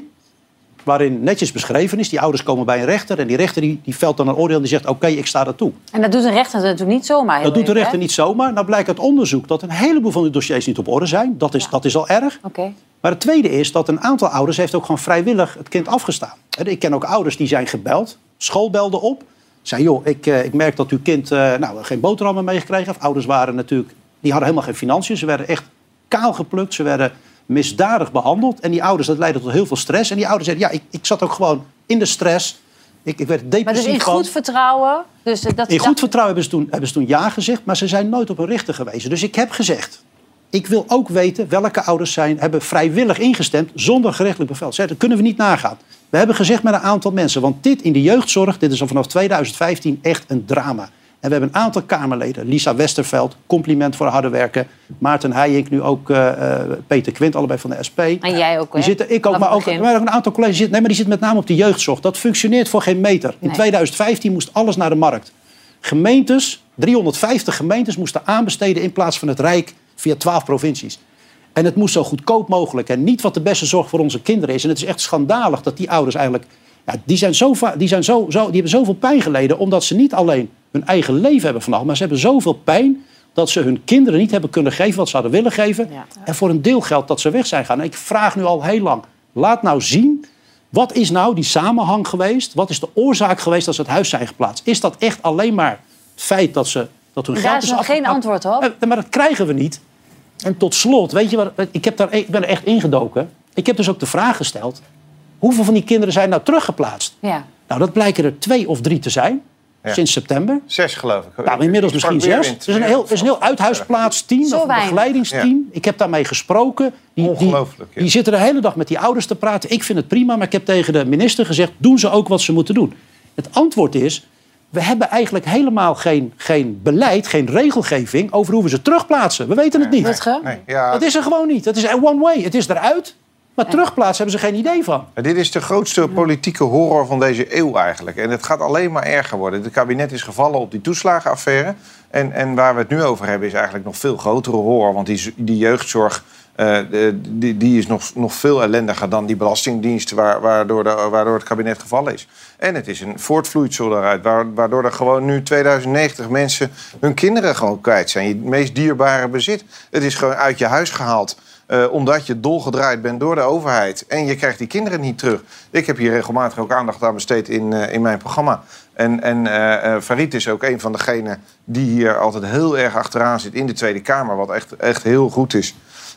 S5: waarin netjes beschreven is. Die ouders komen bij een rechter en die rechter die, die velt dan een oordeel en die zegt oké, okay, ik sta daartoe.
S1: En dat doet een rechter natuurlijk niet zomaar. heel
S5: Dat doet de
S1: even,
S5: rechter
S1: hè?
S5: niet zomaar. Nou blijkt uit onderzoek dat een heleboel van die dossiers niet op orde zijn. Dat is,
S1: Ja.
S5: dat is al erg.
S1: Oké.
S5: Maar het tweede is dat een aantal ouders heeft ook gewoon vrijwillig het kind afgestaan. Ik ken ook ouders die zijn gebeld, school belde op. Zei joh, ik, ik merk dat uw kind uh, nou, geen boterhammen meegekregen heeft. Ouders waren natuurlijk, die hadden helemaal geen financiën. Ze werden echt kaal geplukt. Ze werden misdadig behandeld. En die ouders, dat leidde tot heel veel stress. En die ouders zeiden, ja, ik, ik zat ook gewoon in de stress. Ik, ik werd depressief
S1: Maar dus in
S5: van.
S1: goed vertrouwen? Dus dat,
S5: In goed vertrouwen hebben ze, toen, hebben ze toen ja gezegd, maar ze zijn nooit op een richter gewezen. Dus ik heb gezegd, ik wil ook weten welke ouders zijn, hebben vrijwillig ingestemd zonder gerechtelijk bevel. Zeg, dat kunnen we niet nagaan. We hebben gezegd met een aantal mensen, want dit in de jeugdzorg, dit is al vanaf tweeduizend vijftien echt een drama. En we hebben een aantal Kamerleden, Lisa Westerveld, compliment voor harde werken. Maarten Heijink, nu ook uh, uh, Peter Quint, allebei van de S P.
S1: En jij ook, hè?
S5: Die zitten, ik ook,
S1: Vanaf
S5: maar
S1: het
S5: ook,
S1: begin.
S5: maar ook een aantal collega's zitten, nee, maar die zitten met name op de jeugdzorg. Dat functioneert voor geen meter. In
S1: Nee.
S5: tweeduizend vijftien moest alles naar de markt. Gemeentes, driehonderdvijftig gemeentes moesten aanbesteden in plaats van het Rijk via twaalf provincies. En het moest zo goedkoop mogelijk en niet wat de beste zorg voor onze kinderen is. En het is echt schandalig dat die ouders eigenlijk, ja, die, zijn zo, va- die, zijn zo, zo, die hebben zoveel pijn geleden omdat ze niet alleen hun eigen leven hebben vanaf, maar ze hebben zoveel pijn dat ze hun kinderen niet hebben kunnen geven wat ze hadden willen geven.
S1: Ja.
S5: En voor een deel geldt dat ze weg zijn gaan. En ik vraag nu al heel lang, laat nou zien, wat is nou die samenhang geweest? Wat is de oorzaak geweest dat ze het huis zijn geplaatst? Is dat echt alleen maar het feit dat, ze, dat hun
S1: Daar
S5: geld
S1: is
S5: is
S1: nog geen
S5: afgepakt?
S1: antwoord op.
S5: Eh, Maar dat krijgen we niet. En tot slot, weet je wat, ik, heb daar, ik ben er echt ingedoken. Ik heb dus ook de vraag gesteld, hoeveel van die kinderen zijn nou teruggeplaatst?
S1: Ja.
S5: Nou, dat blijken er twee of drie te zijn,
S2: Ja.
S5: sinds september.
S2: Zes geloof ik.
S5: Nou, inmiddels
S2: Ik
S5: misschien
S2: sprak weer
S5: zes.
S2: in
S5: Het is een heel, het is een heel uithuisplaatsteam,
S1: Zo
S5: of een
S1: weinig.
S5: begeleidingsteam. Ik heb daarmee gesproken. Die, die,
S2: Ongelooflijk, ja.
S5: die zitten de hele dag met die ouders te praten. Ik vind het prima, maar ik heb tegen de minister gezegd, doen ze ook wat ze moeten doen. Het antwoord is, we hebben eigenlijk helemaal geen, geen beleid, geen regelgeving over hoe we ze terugplaatsen. We weten het niet.
S1: Rutger?
S2: Nee, ja,
S5: Dat is er gewoon niet. Het is one way. Het is eruit. Maar terugplaatsen hebben ze geen idee van.
S2: Maar dit is de grootste politieke horror van deze eeuw eigenlijk. En het gaat alleen maar erger worden. Het kabinet is gevallen op die toeslagenaffaire. En, en waar we het nu over hebben is eigenlijk nog veel grotere horror. Want die, die jeugdzorg uh, die, die is nog, nog veel ellendiger dan die belastingdienst waar, waardoor, de, waardoor het kabinet gevallen is. En het is een voortvloeisel daaruit. Waardoor er gewoon nu tweeduizend negentig mensen hun kinderen gewoon kwijt zijn. Je meest dierbare bezit. Het is gewoon uit je huis gehaald. Uh, omdat je dolgedraaid bent door de overheid. En je krijgt die kinderen niet terug. Ik heb hier regelmatig ook aandacht aan besteed in, uh, in mijn programma. En, en uh, uh, Farid is ook een van degenen die hier altijd heel erg achteraan zit in de Tweede Kamer. Wat echt, echt heel goed is.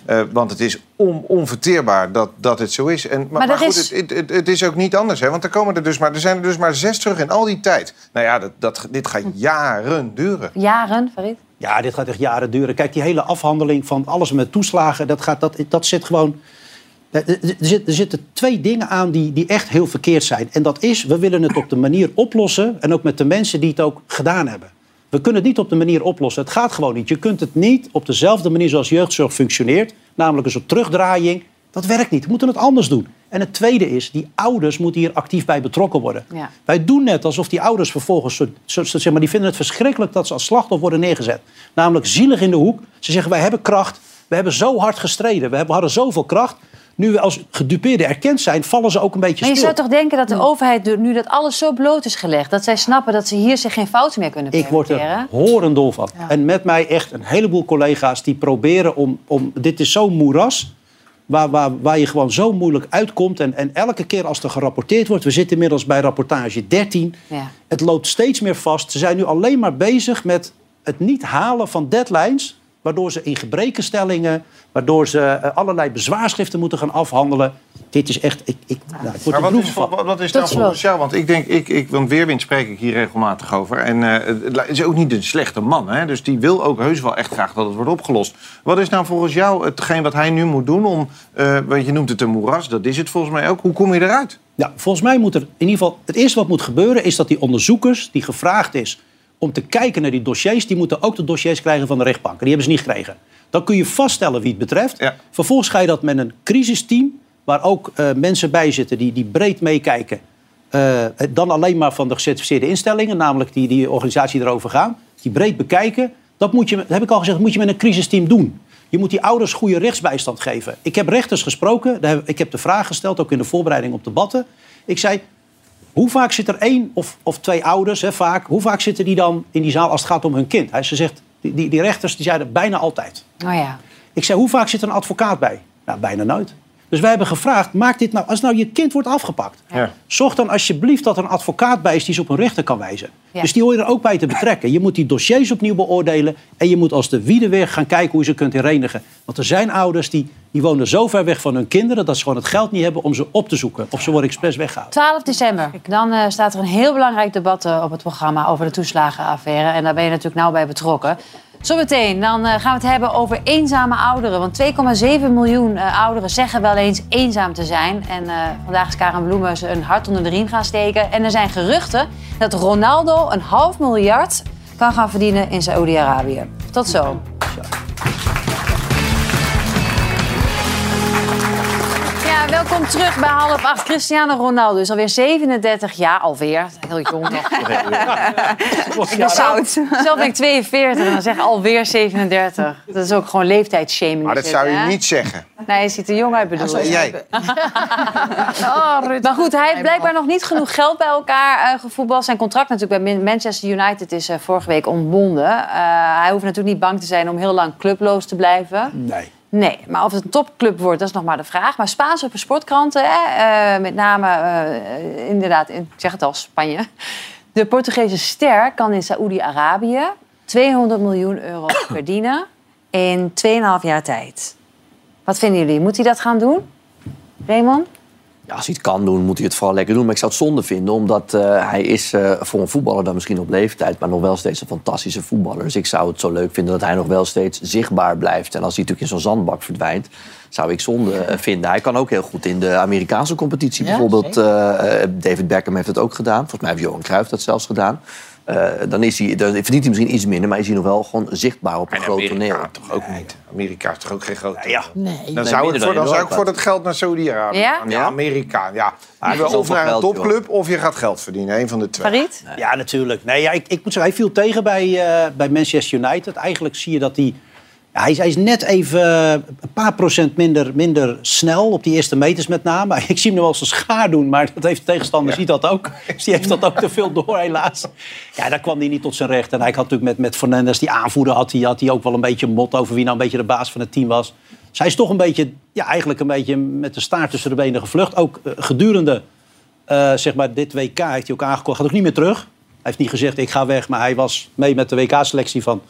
S2: Uh, want het is on, onverteerbaar dat, dat het zo is. En, maar,
S1: maar,
S2: maar goed,
S1: is...
S2: het, het, het is ook niet anders. Hè? Want er, komen er, dus maar, er zijn er dus maar zes terug in al die tijd. Nou ja, dat, dat, dit gaat jaren duren.
S1: Jaren, Farid?
S5: Ja, dit gaat echt jaren duren. Kijk, die hele afhandeling van alles met toeslagen... dat, gaat, dat, dat zit gewoon... Er, zit, er zitten twee dingen aan die, die echt heel verkeerd zijn. En dat is, we willen het op de manier oplossen... en ook met de mensen die het ook gedaan hebben. We kunnen het niet op de manier oplossen. Het gaat gewoon niet. Je kunt het niet op dezelfde manier zoals jeugdzorg functioneert. Namelijk een soort terugdraaiing. Dat werkt niet. We moeten het anders doen. En het tweede is, die ouders moeten hier actief bij betrokken worden.
S1: Ja.
S5: Wij doen net alsof die ouders vervolgens... Zo, zo, zeg maar, die vinden het verschrikkelijk dat ze als slachtoffer worden neergezet. Namelijk zielig in de hoek. Ze zeggen, wij hebben kracht. We hebben zo hard gestreden. We hadden zoveel kracht. Nu we als gedupeerden erkend zijn, vallen ze ook een beetje
S1: maar
S5: stil.
S1: Maar je zou toch denken dat de overheid, nu dat alles zo bloot is gelegd... dat zij snappen dat ze hier zich geen fouten meer kunnen permitteren?
S5: Ik word er horendol van. Ja. En met mij echt een heleboel collega's die proberen om... om dit is zo'n moeras waar, waar, waar je gewoon zo moeilijk uitkomt. En, en elke keer als er gerapporteerd wordt... we zitten inmiddels bij rapportage dertien... Ja. Het loopt steeds meer vast. Ze zijn nu alleen maar bezig met het niet halen van deadlines... waardoor ze in gebrekenstellingen... waardoor ze uh, allerlei bezwaarschriften moeten gaan afhandelen. Dit is echt... Ik, ik, nou, ik word
S2: maar
S5: er
S2: wat is,
S5: van.
S2: wat, wat is nou volgens jou? Want ik denk, ik, ik, want Weerwind spreek ik hier regelmatig over. En uh, het is ook niet een slechte man. Hè? Dus die wil ook heus wel echt graag dat het wordt opgelost. Wat is nou volgens jou hetgeen wat hij nu moet doen om... Uh, want je noemt het een moeras, dat is het volgens mij ook. Hoe kom je eruit?
S5: Ja, volgens mij moet er in ieder geval... Het eerste wat moet gebeuren is dat die onderzoekers die gevraagd is... om te kijken naar die dossiers, die moeten ook de dossiers krijgen van de rechtbank. Die hebben ze niet gekregen. Dan kun je vaststellen wie het betreft. Ja. Vervolgens ga je dat met een crisisteam... waar ook uh, mensen bij zitten die, die breed meekijken. Uh, dan alleen maar van de gecertificeerde instellingen... namelijk die, die organisatie erover gaan. Die breed bekijken. Dat moet je, dat heb ik al gezegd, dat moet je met een crisisteam doen. Je moet die ouders goede rechtsbijstand geven. Ik heb rechters gesproken. Ik heb de vraag gesteld, ook in de voorbereiding op debatten. Ik zei... Hoe vaak zit er één of, of twee ouders, hè, vaak, hoe vaak zitten die dan in die zaal als het gaat om hun kind? Hij, ze zegt, die, die, die rechters die zeiden bijna altijd.
S1: Oh ja.
S5: Ik zei, hoe vaak zit er een advocaat bij? Nou, bijna nooit. Dus wij hebben gevraagd, maak dit nou, als nou je kind wordt afgepakt... Ja. Zorg dan alsjeblieft dat er een advocaat bij is die ze op een rechter kan wijzen. Ja. Dus die hoor je er ook bij te betrekken. Je moet die dossiers opnieuw beoordelen... en je moet als de wiede weer gaan kijken hoe je ze kunt herenigen. Want er zijn ouders die, die wonen zo ver weg van hun kinderen... dat ze gewoon het geld niet hebben om ze op te zoeken. Of ze worden expres weggehaald.
S1: twaalf december, dan uh, staat er een heel belangrijk debat uh, op het programma... over de toeslagenaffaire. En daar ben je natuurlijk nauw bij betrokken... Zometeen dan uh, gaan we het hebben over eenzame ouderen. Want twee komma zeven miljoen uh, ouderen zeggen wel eens eenzaam te zijn. En uh, vandaag is Karen Bloemen ze een hart onder de riem gaan steken. En er zijn geruchten dat Ronaldo een half miljard kan gaan verdienen in Saoedi-Arabië. Tot zo. Ja, welkom terug bij half acht. Cristiano Ronaldo is alweer zevenendertig jaar. Alweer, heel jong toch? Ja, zelf, zelf ben ik tweeënveertig en dan zeg ik alweer zevenendertig. Dat is ook gewoon leeftijdsshaming.
S2: Maar dat zou je hè? niet zeggen.
S1: Nee, hij ziet er jong uit, bedoel
S2: ik. Jij.
S1: Oh, maar goed, hij heeft blijkbaar nog niet genoeg geld bij elkaar uh, gevoetbald. Zijn contract natuurlijk bij Manchester United is uh, vorige week ontbonden. Uh, hij hoeft natuurlijk niet bang te zijn om heel lang clubloos te blijven.
S5: Nee.
S1: Nee, maar of het een topclub wordt, dat is nog maar de vraag. Maar Spaanse sportkranten, hè, uh, met name, uh, inderdaad, in, ik zeg het al, Spanje. De Portugese ster kan in Saoedi-Arabië tweehonderd miljoen euro verdienen in tweeënhalf jaar tijd. Wat vinden jullie? Moet hij dat gaan doen? Raymond?
S3: Ja, als hij het kan doen, moet hij het vooral lekker doen. Maar ik zou het zonde vinden, omdat uh, hij is uh, voor een voetballer dan misschien op leeftijd... maar nog wel steeds een fantastische voetballer. Dus ik zou het zo leuk vinden dat hij nog wel steeds zichtbaar blijft. En als hij natuurlijk in zo'n zandbak verdwijnt, zou ik zonde uh, vinden. Hij kan ook heel goed in de Amerikaanse competitie. Ja, bijvoorbeeld, uh, David Beckham heeft het ook gedaan. Volgens mij heeft Johan Cruijff dat zelfs gedaan. Uh, dan, is hij, dan verdient hij misschien iets minder, maar is hij nog wel gewoon zichtbaar op een groot toneel.
S2: Amerika toch ook niet. Amerika is toch ook geen groot toneel?
S5: Ja,
S4: nee.
S2: Dan, nee, zou, het voor, dan zou ik voor dat geld naar Saudi-Arabië
S1: ja?
S2: gaan. Ja, Amerika. Ja. Je wil of naar een topclub of je gaat geld verdienen. Een van de twee.
S1: Farid?
S5: Nee. Ja, natuurlijk. Nee, ja, ik, ik moet zeggen, hij viel tegen bij, uh, bij Manchester United. Eigenlijk zie je dat hij... Ja, hij, is, hij is net even een paar procent minder, minder snel op die eerste meters met name. Ik zie hem nog wel zijn schaar doen, maar dat heeft de tegenstander ja. ziet dat ook. Dus die heeft dat ook te veel door, helaas. Ja, daar kwam hij niet tot zijn recht. En hij had natuurlijk met, met Fernandes, die aanvoerder, had hij, had hij ook wel een beetje mot over wie nou een beetje de baas van het team was. Dus hij is toch een beetje, ja, eigenlijk een beetje met de staart tussen de benen gevlucht. Ook uh, gedurende uh, zeg maar dit W K heeft hij ook aangekondigd. Gaat ook niet meer terug. Hij heeft niet gezegd, ik ga weg, maar hij was mee met de W K-selectie van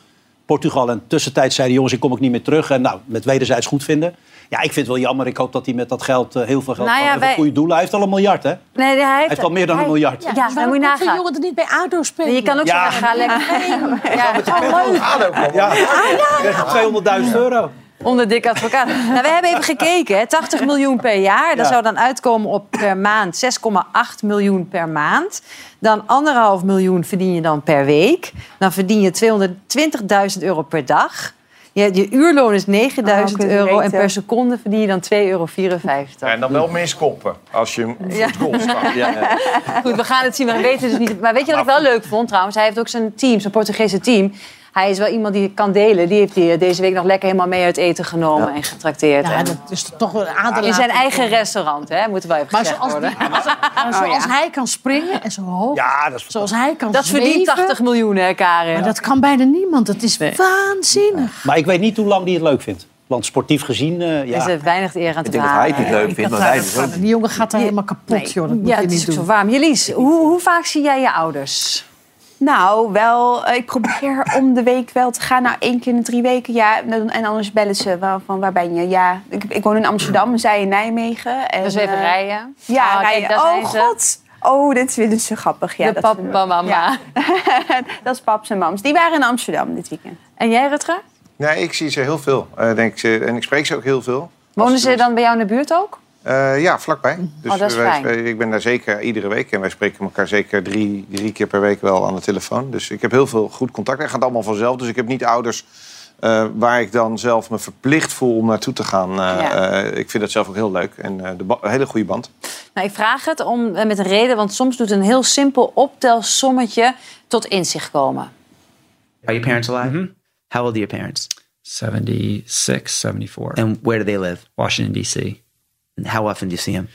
S5: Portugal. En tussentijd zeiden jongens, ik kom ook niet meer terug. En nou, met wederzijds goed vinden. Ja, ik vind het wel jammer. Ik hoop dat hij met dat geld uh, heel veel geld
S1: nou ja,
S5: voor
S1: wij...
S5: goede doelen. Hij heeft al een miljard, hè?
S1: Nee, hij, heeft...
S5: hij heeft al meer dan
S1: hij...
S5: een miljard.
S4: Ja,
S1: ja,
S4: dus
S1: dan moet je nagaan.
S4: jongen er niet bij A D O spelen.
S1: Je kan ook
S5: ja.
S1: zeggen, ga lekker heen. Ja,
S5: oh, leuk. Ja, ja. tweehonderdduizend euro.
S1: Onder dik advocaat. Nou, we hebben even gekeken. Hè. tachtig miljoen per jaar. Dat ja. zou dan uitkomen op per maand zes komma acht miljoen per maand. Dan anderhalf miljoen verdien je dan per week. Dan verdien je tweehonderdtwintigduizend euro per dag. Je, je uurloon is negenduizend
S6: oh,
S1: euro en per seconde verdien je dan twee euro vierenvijftig.
S2: Ja, en dan wel miskoppen als je hem
S1: ja.
S2: voor het goal staat. Ja, ja.
S1: Goed, we gaan het zien, maar we weten dus niet. Maar weet je wat ik wel leuk vond trouwens? Hij heeft ook zijn team, zijn Portugese team. Hij is wel iemand die kan delen. Die heeft hij deze week nog lekker helemaal mee uit eten genomen ja. en getrakteerd.
S4: Ja,
S1: en...
S4: dat is toch een aderlating.
S1: In zijn eigen restaurant, hè? Moeten wel even
S4: maar
S1: gezegd
S4: zoals
S1: worden.
S4: Die, maar, maar zoals oh, ja. hij kan springen en zo hoog.
S5: Ja, dat is
S4: zoals hij kan
S1: Dat
S4: zweven,
S1: verdient tachtig miljoen, hè, Karin?
S4: Maar dat kan bijna niemand. Dat is nee. waanzinnig.
S5: Maar ik weet niet hoe lang hij het leuk vindt. Want sportief gezien, uh, ja.
S1: Is er weinig eer aan te
S3: Ik denk dat hij het niet leuk vindt, maar wij dus ook.
S4: Die jongen gaat daar helemaal kapot, nee. joh. Dat moet
S1: ja,
S4: je
S1: het
S4: niet
S1: is
S4: doen.
S1: zo warm. Jellies, hoe, hoe vaak zie jij je ouders?
S6: Nou, wel, ik probeer om de week wel te gaan. Nou, één keer in de drie weken, ja. En anders bellen ze waar, van waar ben je? Ja, ik, ik woon in Amsterdam, zij in Nijmegen. En,
S1: dus even uh, rijden?
S6: Ja,
S1: oh,
S6: rijden.
S1: Kijk,
S6: oh, god. Oh, dit vinden ze grappig. Ja,
S1: de papa en mama.
S6: Ja. Dat is paps en mams. Die waren in Amsterdam dit weekend.
S1: En jij, Rutger?
S2: Nee, ik zie ze heel veel. Uh, denk ze, en ik spreek ze ook heel veel.
S1: Wonen ze dan bij jou in de buurt ook?
S2: Uh, ja, vlakbij. Dus
S1: oh, dat is
S2: wij,
S1: fijn.
S2: Ik ben daar zeker iedere week. En wij spreken elkaar zeker drie, drie keer per week wel aan de telefoon. Dus ik heb heel veel goed contact. Het gaat allemaal vanzelf. Dus ik heb niet ouders uh, waar ik dan zelf me verplicht voel om naartoe te gaan. Uh, ja. uh, ik vind dat zelf ook heel leuk. En uh, de ba- een hele goede band.
S1: Nou, ik vraag het om, uh, met een reden. Want soms doet een heel simpel optelsommetje tot inzicht komen.
S11: Are your parents alive?
S12: Mm-hmm.
S11: How old are your parents?
S12: seventy-six, seventy-four.
S11: And where do they live?
S12: Washington, D C.
S11: And how often do you see them?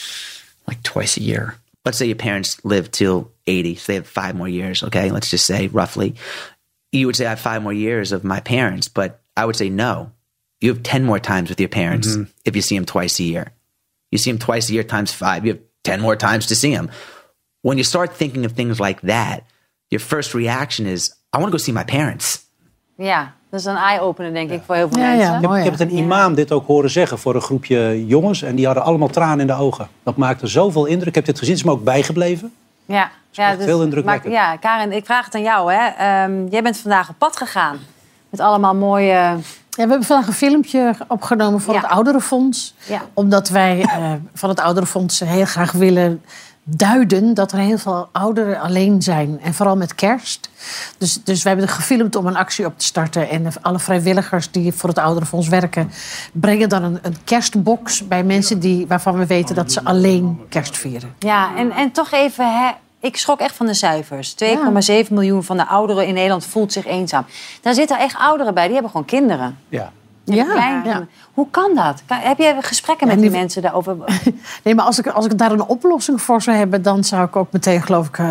S12: Like twice a year.
S11: Let's say your parents live till eighty, so they have five more years, okay? Let's just say roughly. You would say I have five more years of my parents, but I would say no. You have ten more times with your parents mm-hmm. if you see them twice a year. You see them twice a year times five, you have ten more times to see them. When you start thinking of things like that, your first reaction is, I want to go see my parents.
S1: Ja, dat is een eye-opener, denk ik, voor heel veel
S4: ja,
S1: mensen.
S4: Ja,
S5: ik, heb, ik heb het een imam dit ook horen zeggen voor een groepje jongens. En die hadden allemaal tranen in de ogen. Dat maakte zoveel indruk. Ik heb dit gezien, het is me ook bijgebleven.
S1: Ja, ja dus
S5: heel indrukwekkend.
S1: maak, ja, Karin, ik vraag het aan jou. Hè. Um, jij bent vandaag op pad gegaan met allemaal mooie...
S4: Ja, we hebben vandaag een filmpje opgenomen voor ja. het Ouderenfonds. Ja. Omdat wij uh, van het Ouderenfonds heel graag willen duiden dat er heel veel ouderen alleen zijn. En vooral met kerst. Dus, dus we hebben het gefilmd om een actie op te starten. En alle vrijwilligers die voor het Ouderenfonds werken brengen dan een, een kerstbox bij mensen die, waarvan we weten dat ze alleen kerst vieren.
S1: Ja, en, en toch even... Hè, ik schrok echt van de cijfers. twee komma zeven ja. miljoen van de ouderen in Nederland voelt zich eenzaam. Daar zitten echt ouderen bij, die hebben gewoon kinderen.
S5: Ja.
S4: Ja, ja.
S1: Hoe kan dat? Heb je gesprekken met ja, die, die mensen daarover?
S4: Nee, maar als ik, als ik daar een oplossing voor zou hebben, dan zou ik ook meteen, geloof ik, uh,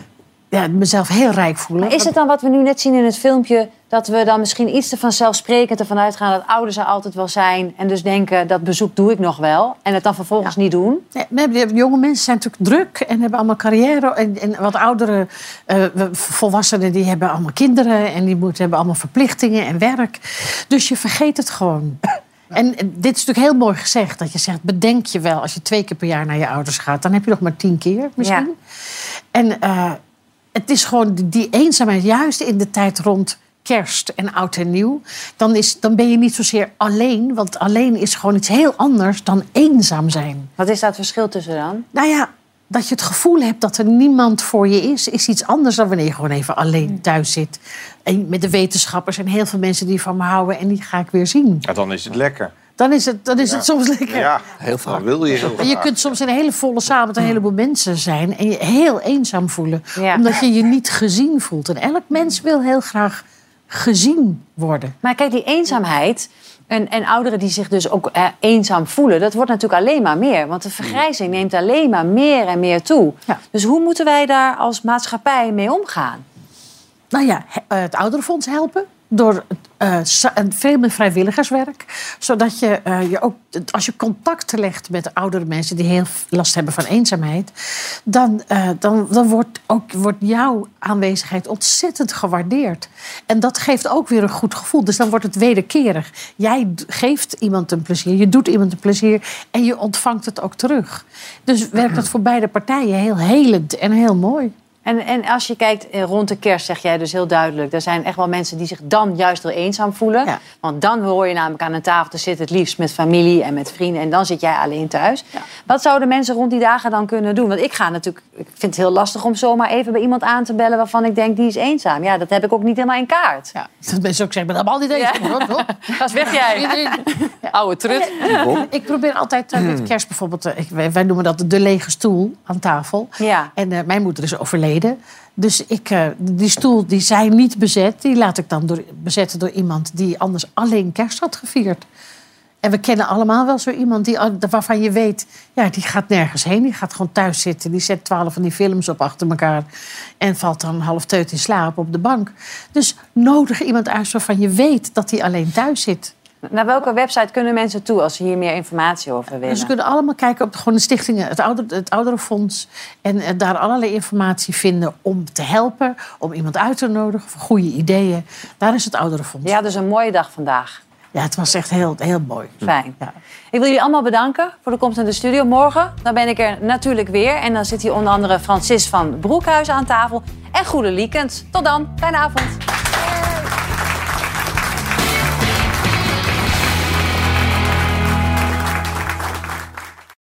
S4: ja, mezelf heel rijk voelen.
S1: Maar is het dan wat we nu net zien in het filmpje, dat we dan misschien iets te vanzelfsprekend ervan uitgaan dat ouders er altijd wel zijn en dus denken dat bezoek doe ik nog wel en het dan vervolgens ja. niet doen?
S4: Ja, de jonge mensen zijn natuurlijk druk en hebben allemaal carrière en, en wat oudere uh, volwassenen die hebben allemaal kinderen en die moeten, hebben allemaal verplichtingen en werk. Dus je vergeet het gewoon. En dit is natuurlijk heel mooi gezegd, dat je zegt, bedenk je wel, als je twee keer per jaar naar je ouders gaat, dan heb je nog maar tien keer misschien. Ja. En uh, het is gewoon die eenzaamheid, juist in de tijd rond kerst en oud en nieuw, dan, is, dan ben je niet zozeer alleen, want alleen is gewoon iets heel anders dan eenzaam zijn.
S1: Wat is dat verschil tussen dan?
S4: Nou ja, dat je het gevoel hebt dat er niemand voor je is, is iets anders dan wanneer je gewoon even alleen thuis zit. En met de wetenschappers en heel veel mensen die van me houden en die ga ik weer zien.
S2: Ja, dan is het lekker.
S4: Dan is het, dan is
S2: ja.
S4: het soms lekker.
S2: Ja, heel vaak. wil je heel
S4: En je kunt soms in een hele volle zaal met een heleboel mensen zijn en je heel eenzaam voelen. Ja. Omdat je je niet gezien voelt. En elk mens wil heel graag gezien worden.
S1: Maar kijk, die eenzaamheid en, en ouderen die zich dus ook eh, eenzaam voelen, dat wordt natuurlijk alleen maar meer. Want de vergrijzing neemt alleen maar meer en meer toe. Ja. Dus hoe moeten wij daar als maatschappij mee omgaan?
S4: Nou ja, het Ouderenfonds helpen. door uh, veel meer vrijwilligerswerk. Zodat je, uh, je ook, als je contacten legt met oudere mensen die heel last hebben van eenzaamheid, dan, uh, dan, dan wordt, ook, wordt jouw aanwezigheid ontzettend gewaardeerd. En dat geeft ook weer een goed gevoel. Dus dan wordt het wederkerig. Jij geeft iemand een plezier, je doet iemand een plezier en je ontvangt het ook terug. Dus werkt dat voor beide partijen heel helend en heel mooi.
S1: En, en als je kijkt rond de kerst, zeg jij dus heel duidelijk, er zijn echt wel mensen die zich dan juist heel eenzaam voelen. Ja. Want dan hoor je namelijk aan een tafel te zitten, het liefst met familie en met vrienden. En dan zit jij alleen thuis. Ja. Wat zouden mensen rond die dagen dan kunnen doen? Want ik ga natuurlijk, ik vind het heel lastig om zomaar even bij iemand aan te bellen waarvan ik denk, die is eenzaam. Ja, dat heb ik ook niet helemaal in kaart.
S4: Ja. Dat mensen ook zeggen, ik ben allemaal niet eenzaam. Ja.
S1: Dat is weg jij. Ja. Oude trut.
S4: Ja. Ik probeer altijd uh, met kerst bijvoorbeeld, uh, ik, wij noemen dat de lege stoel aan tafel. Ja. En uh, mijn moeder is overleden. Dus ik, uh, die stoel die zij niet bezet, die laat ik dan door, bezetten door iemand die anders alleen kerst had gevierd. En we kennen allemaal wel zo iemand die, waarvan je weet, ja, die gaat nergens heen. Die gaat gewoon thuis zitten. Die zet twaalf van die films op achter elkaar. En valt dan half teut in slaap op de bank. Dus nodig iemand uit waarvan je weet dat hij alleen thuis zit.
S1: Naar welke website kunnen mensen toe als ze hier meer informatie over willen?
S4: Dus ze kunnen allemaal kijken op gewoon de stichtingen, het, ouder, het Ouderenfonds. En, en daar allerlei informatie vinden om te helpen, om iemand uit te nodigen voor goede ideeën. Daar is het Ouderenfonds.
S1: Ja, dus een mooie dag vandaag.
S4: Ja, het was echt heel, heel mooi.
S1: Fijn. Ja. Ik wil jullie allemaal bedanken voor de komst naar de studio. Morgen dan ben ik er natuurlijk weer. En dan zit hier onder andere Francis van Broekhuizen aan tafel. En Goede Liekens. Tot dan. Fijne avond.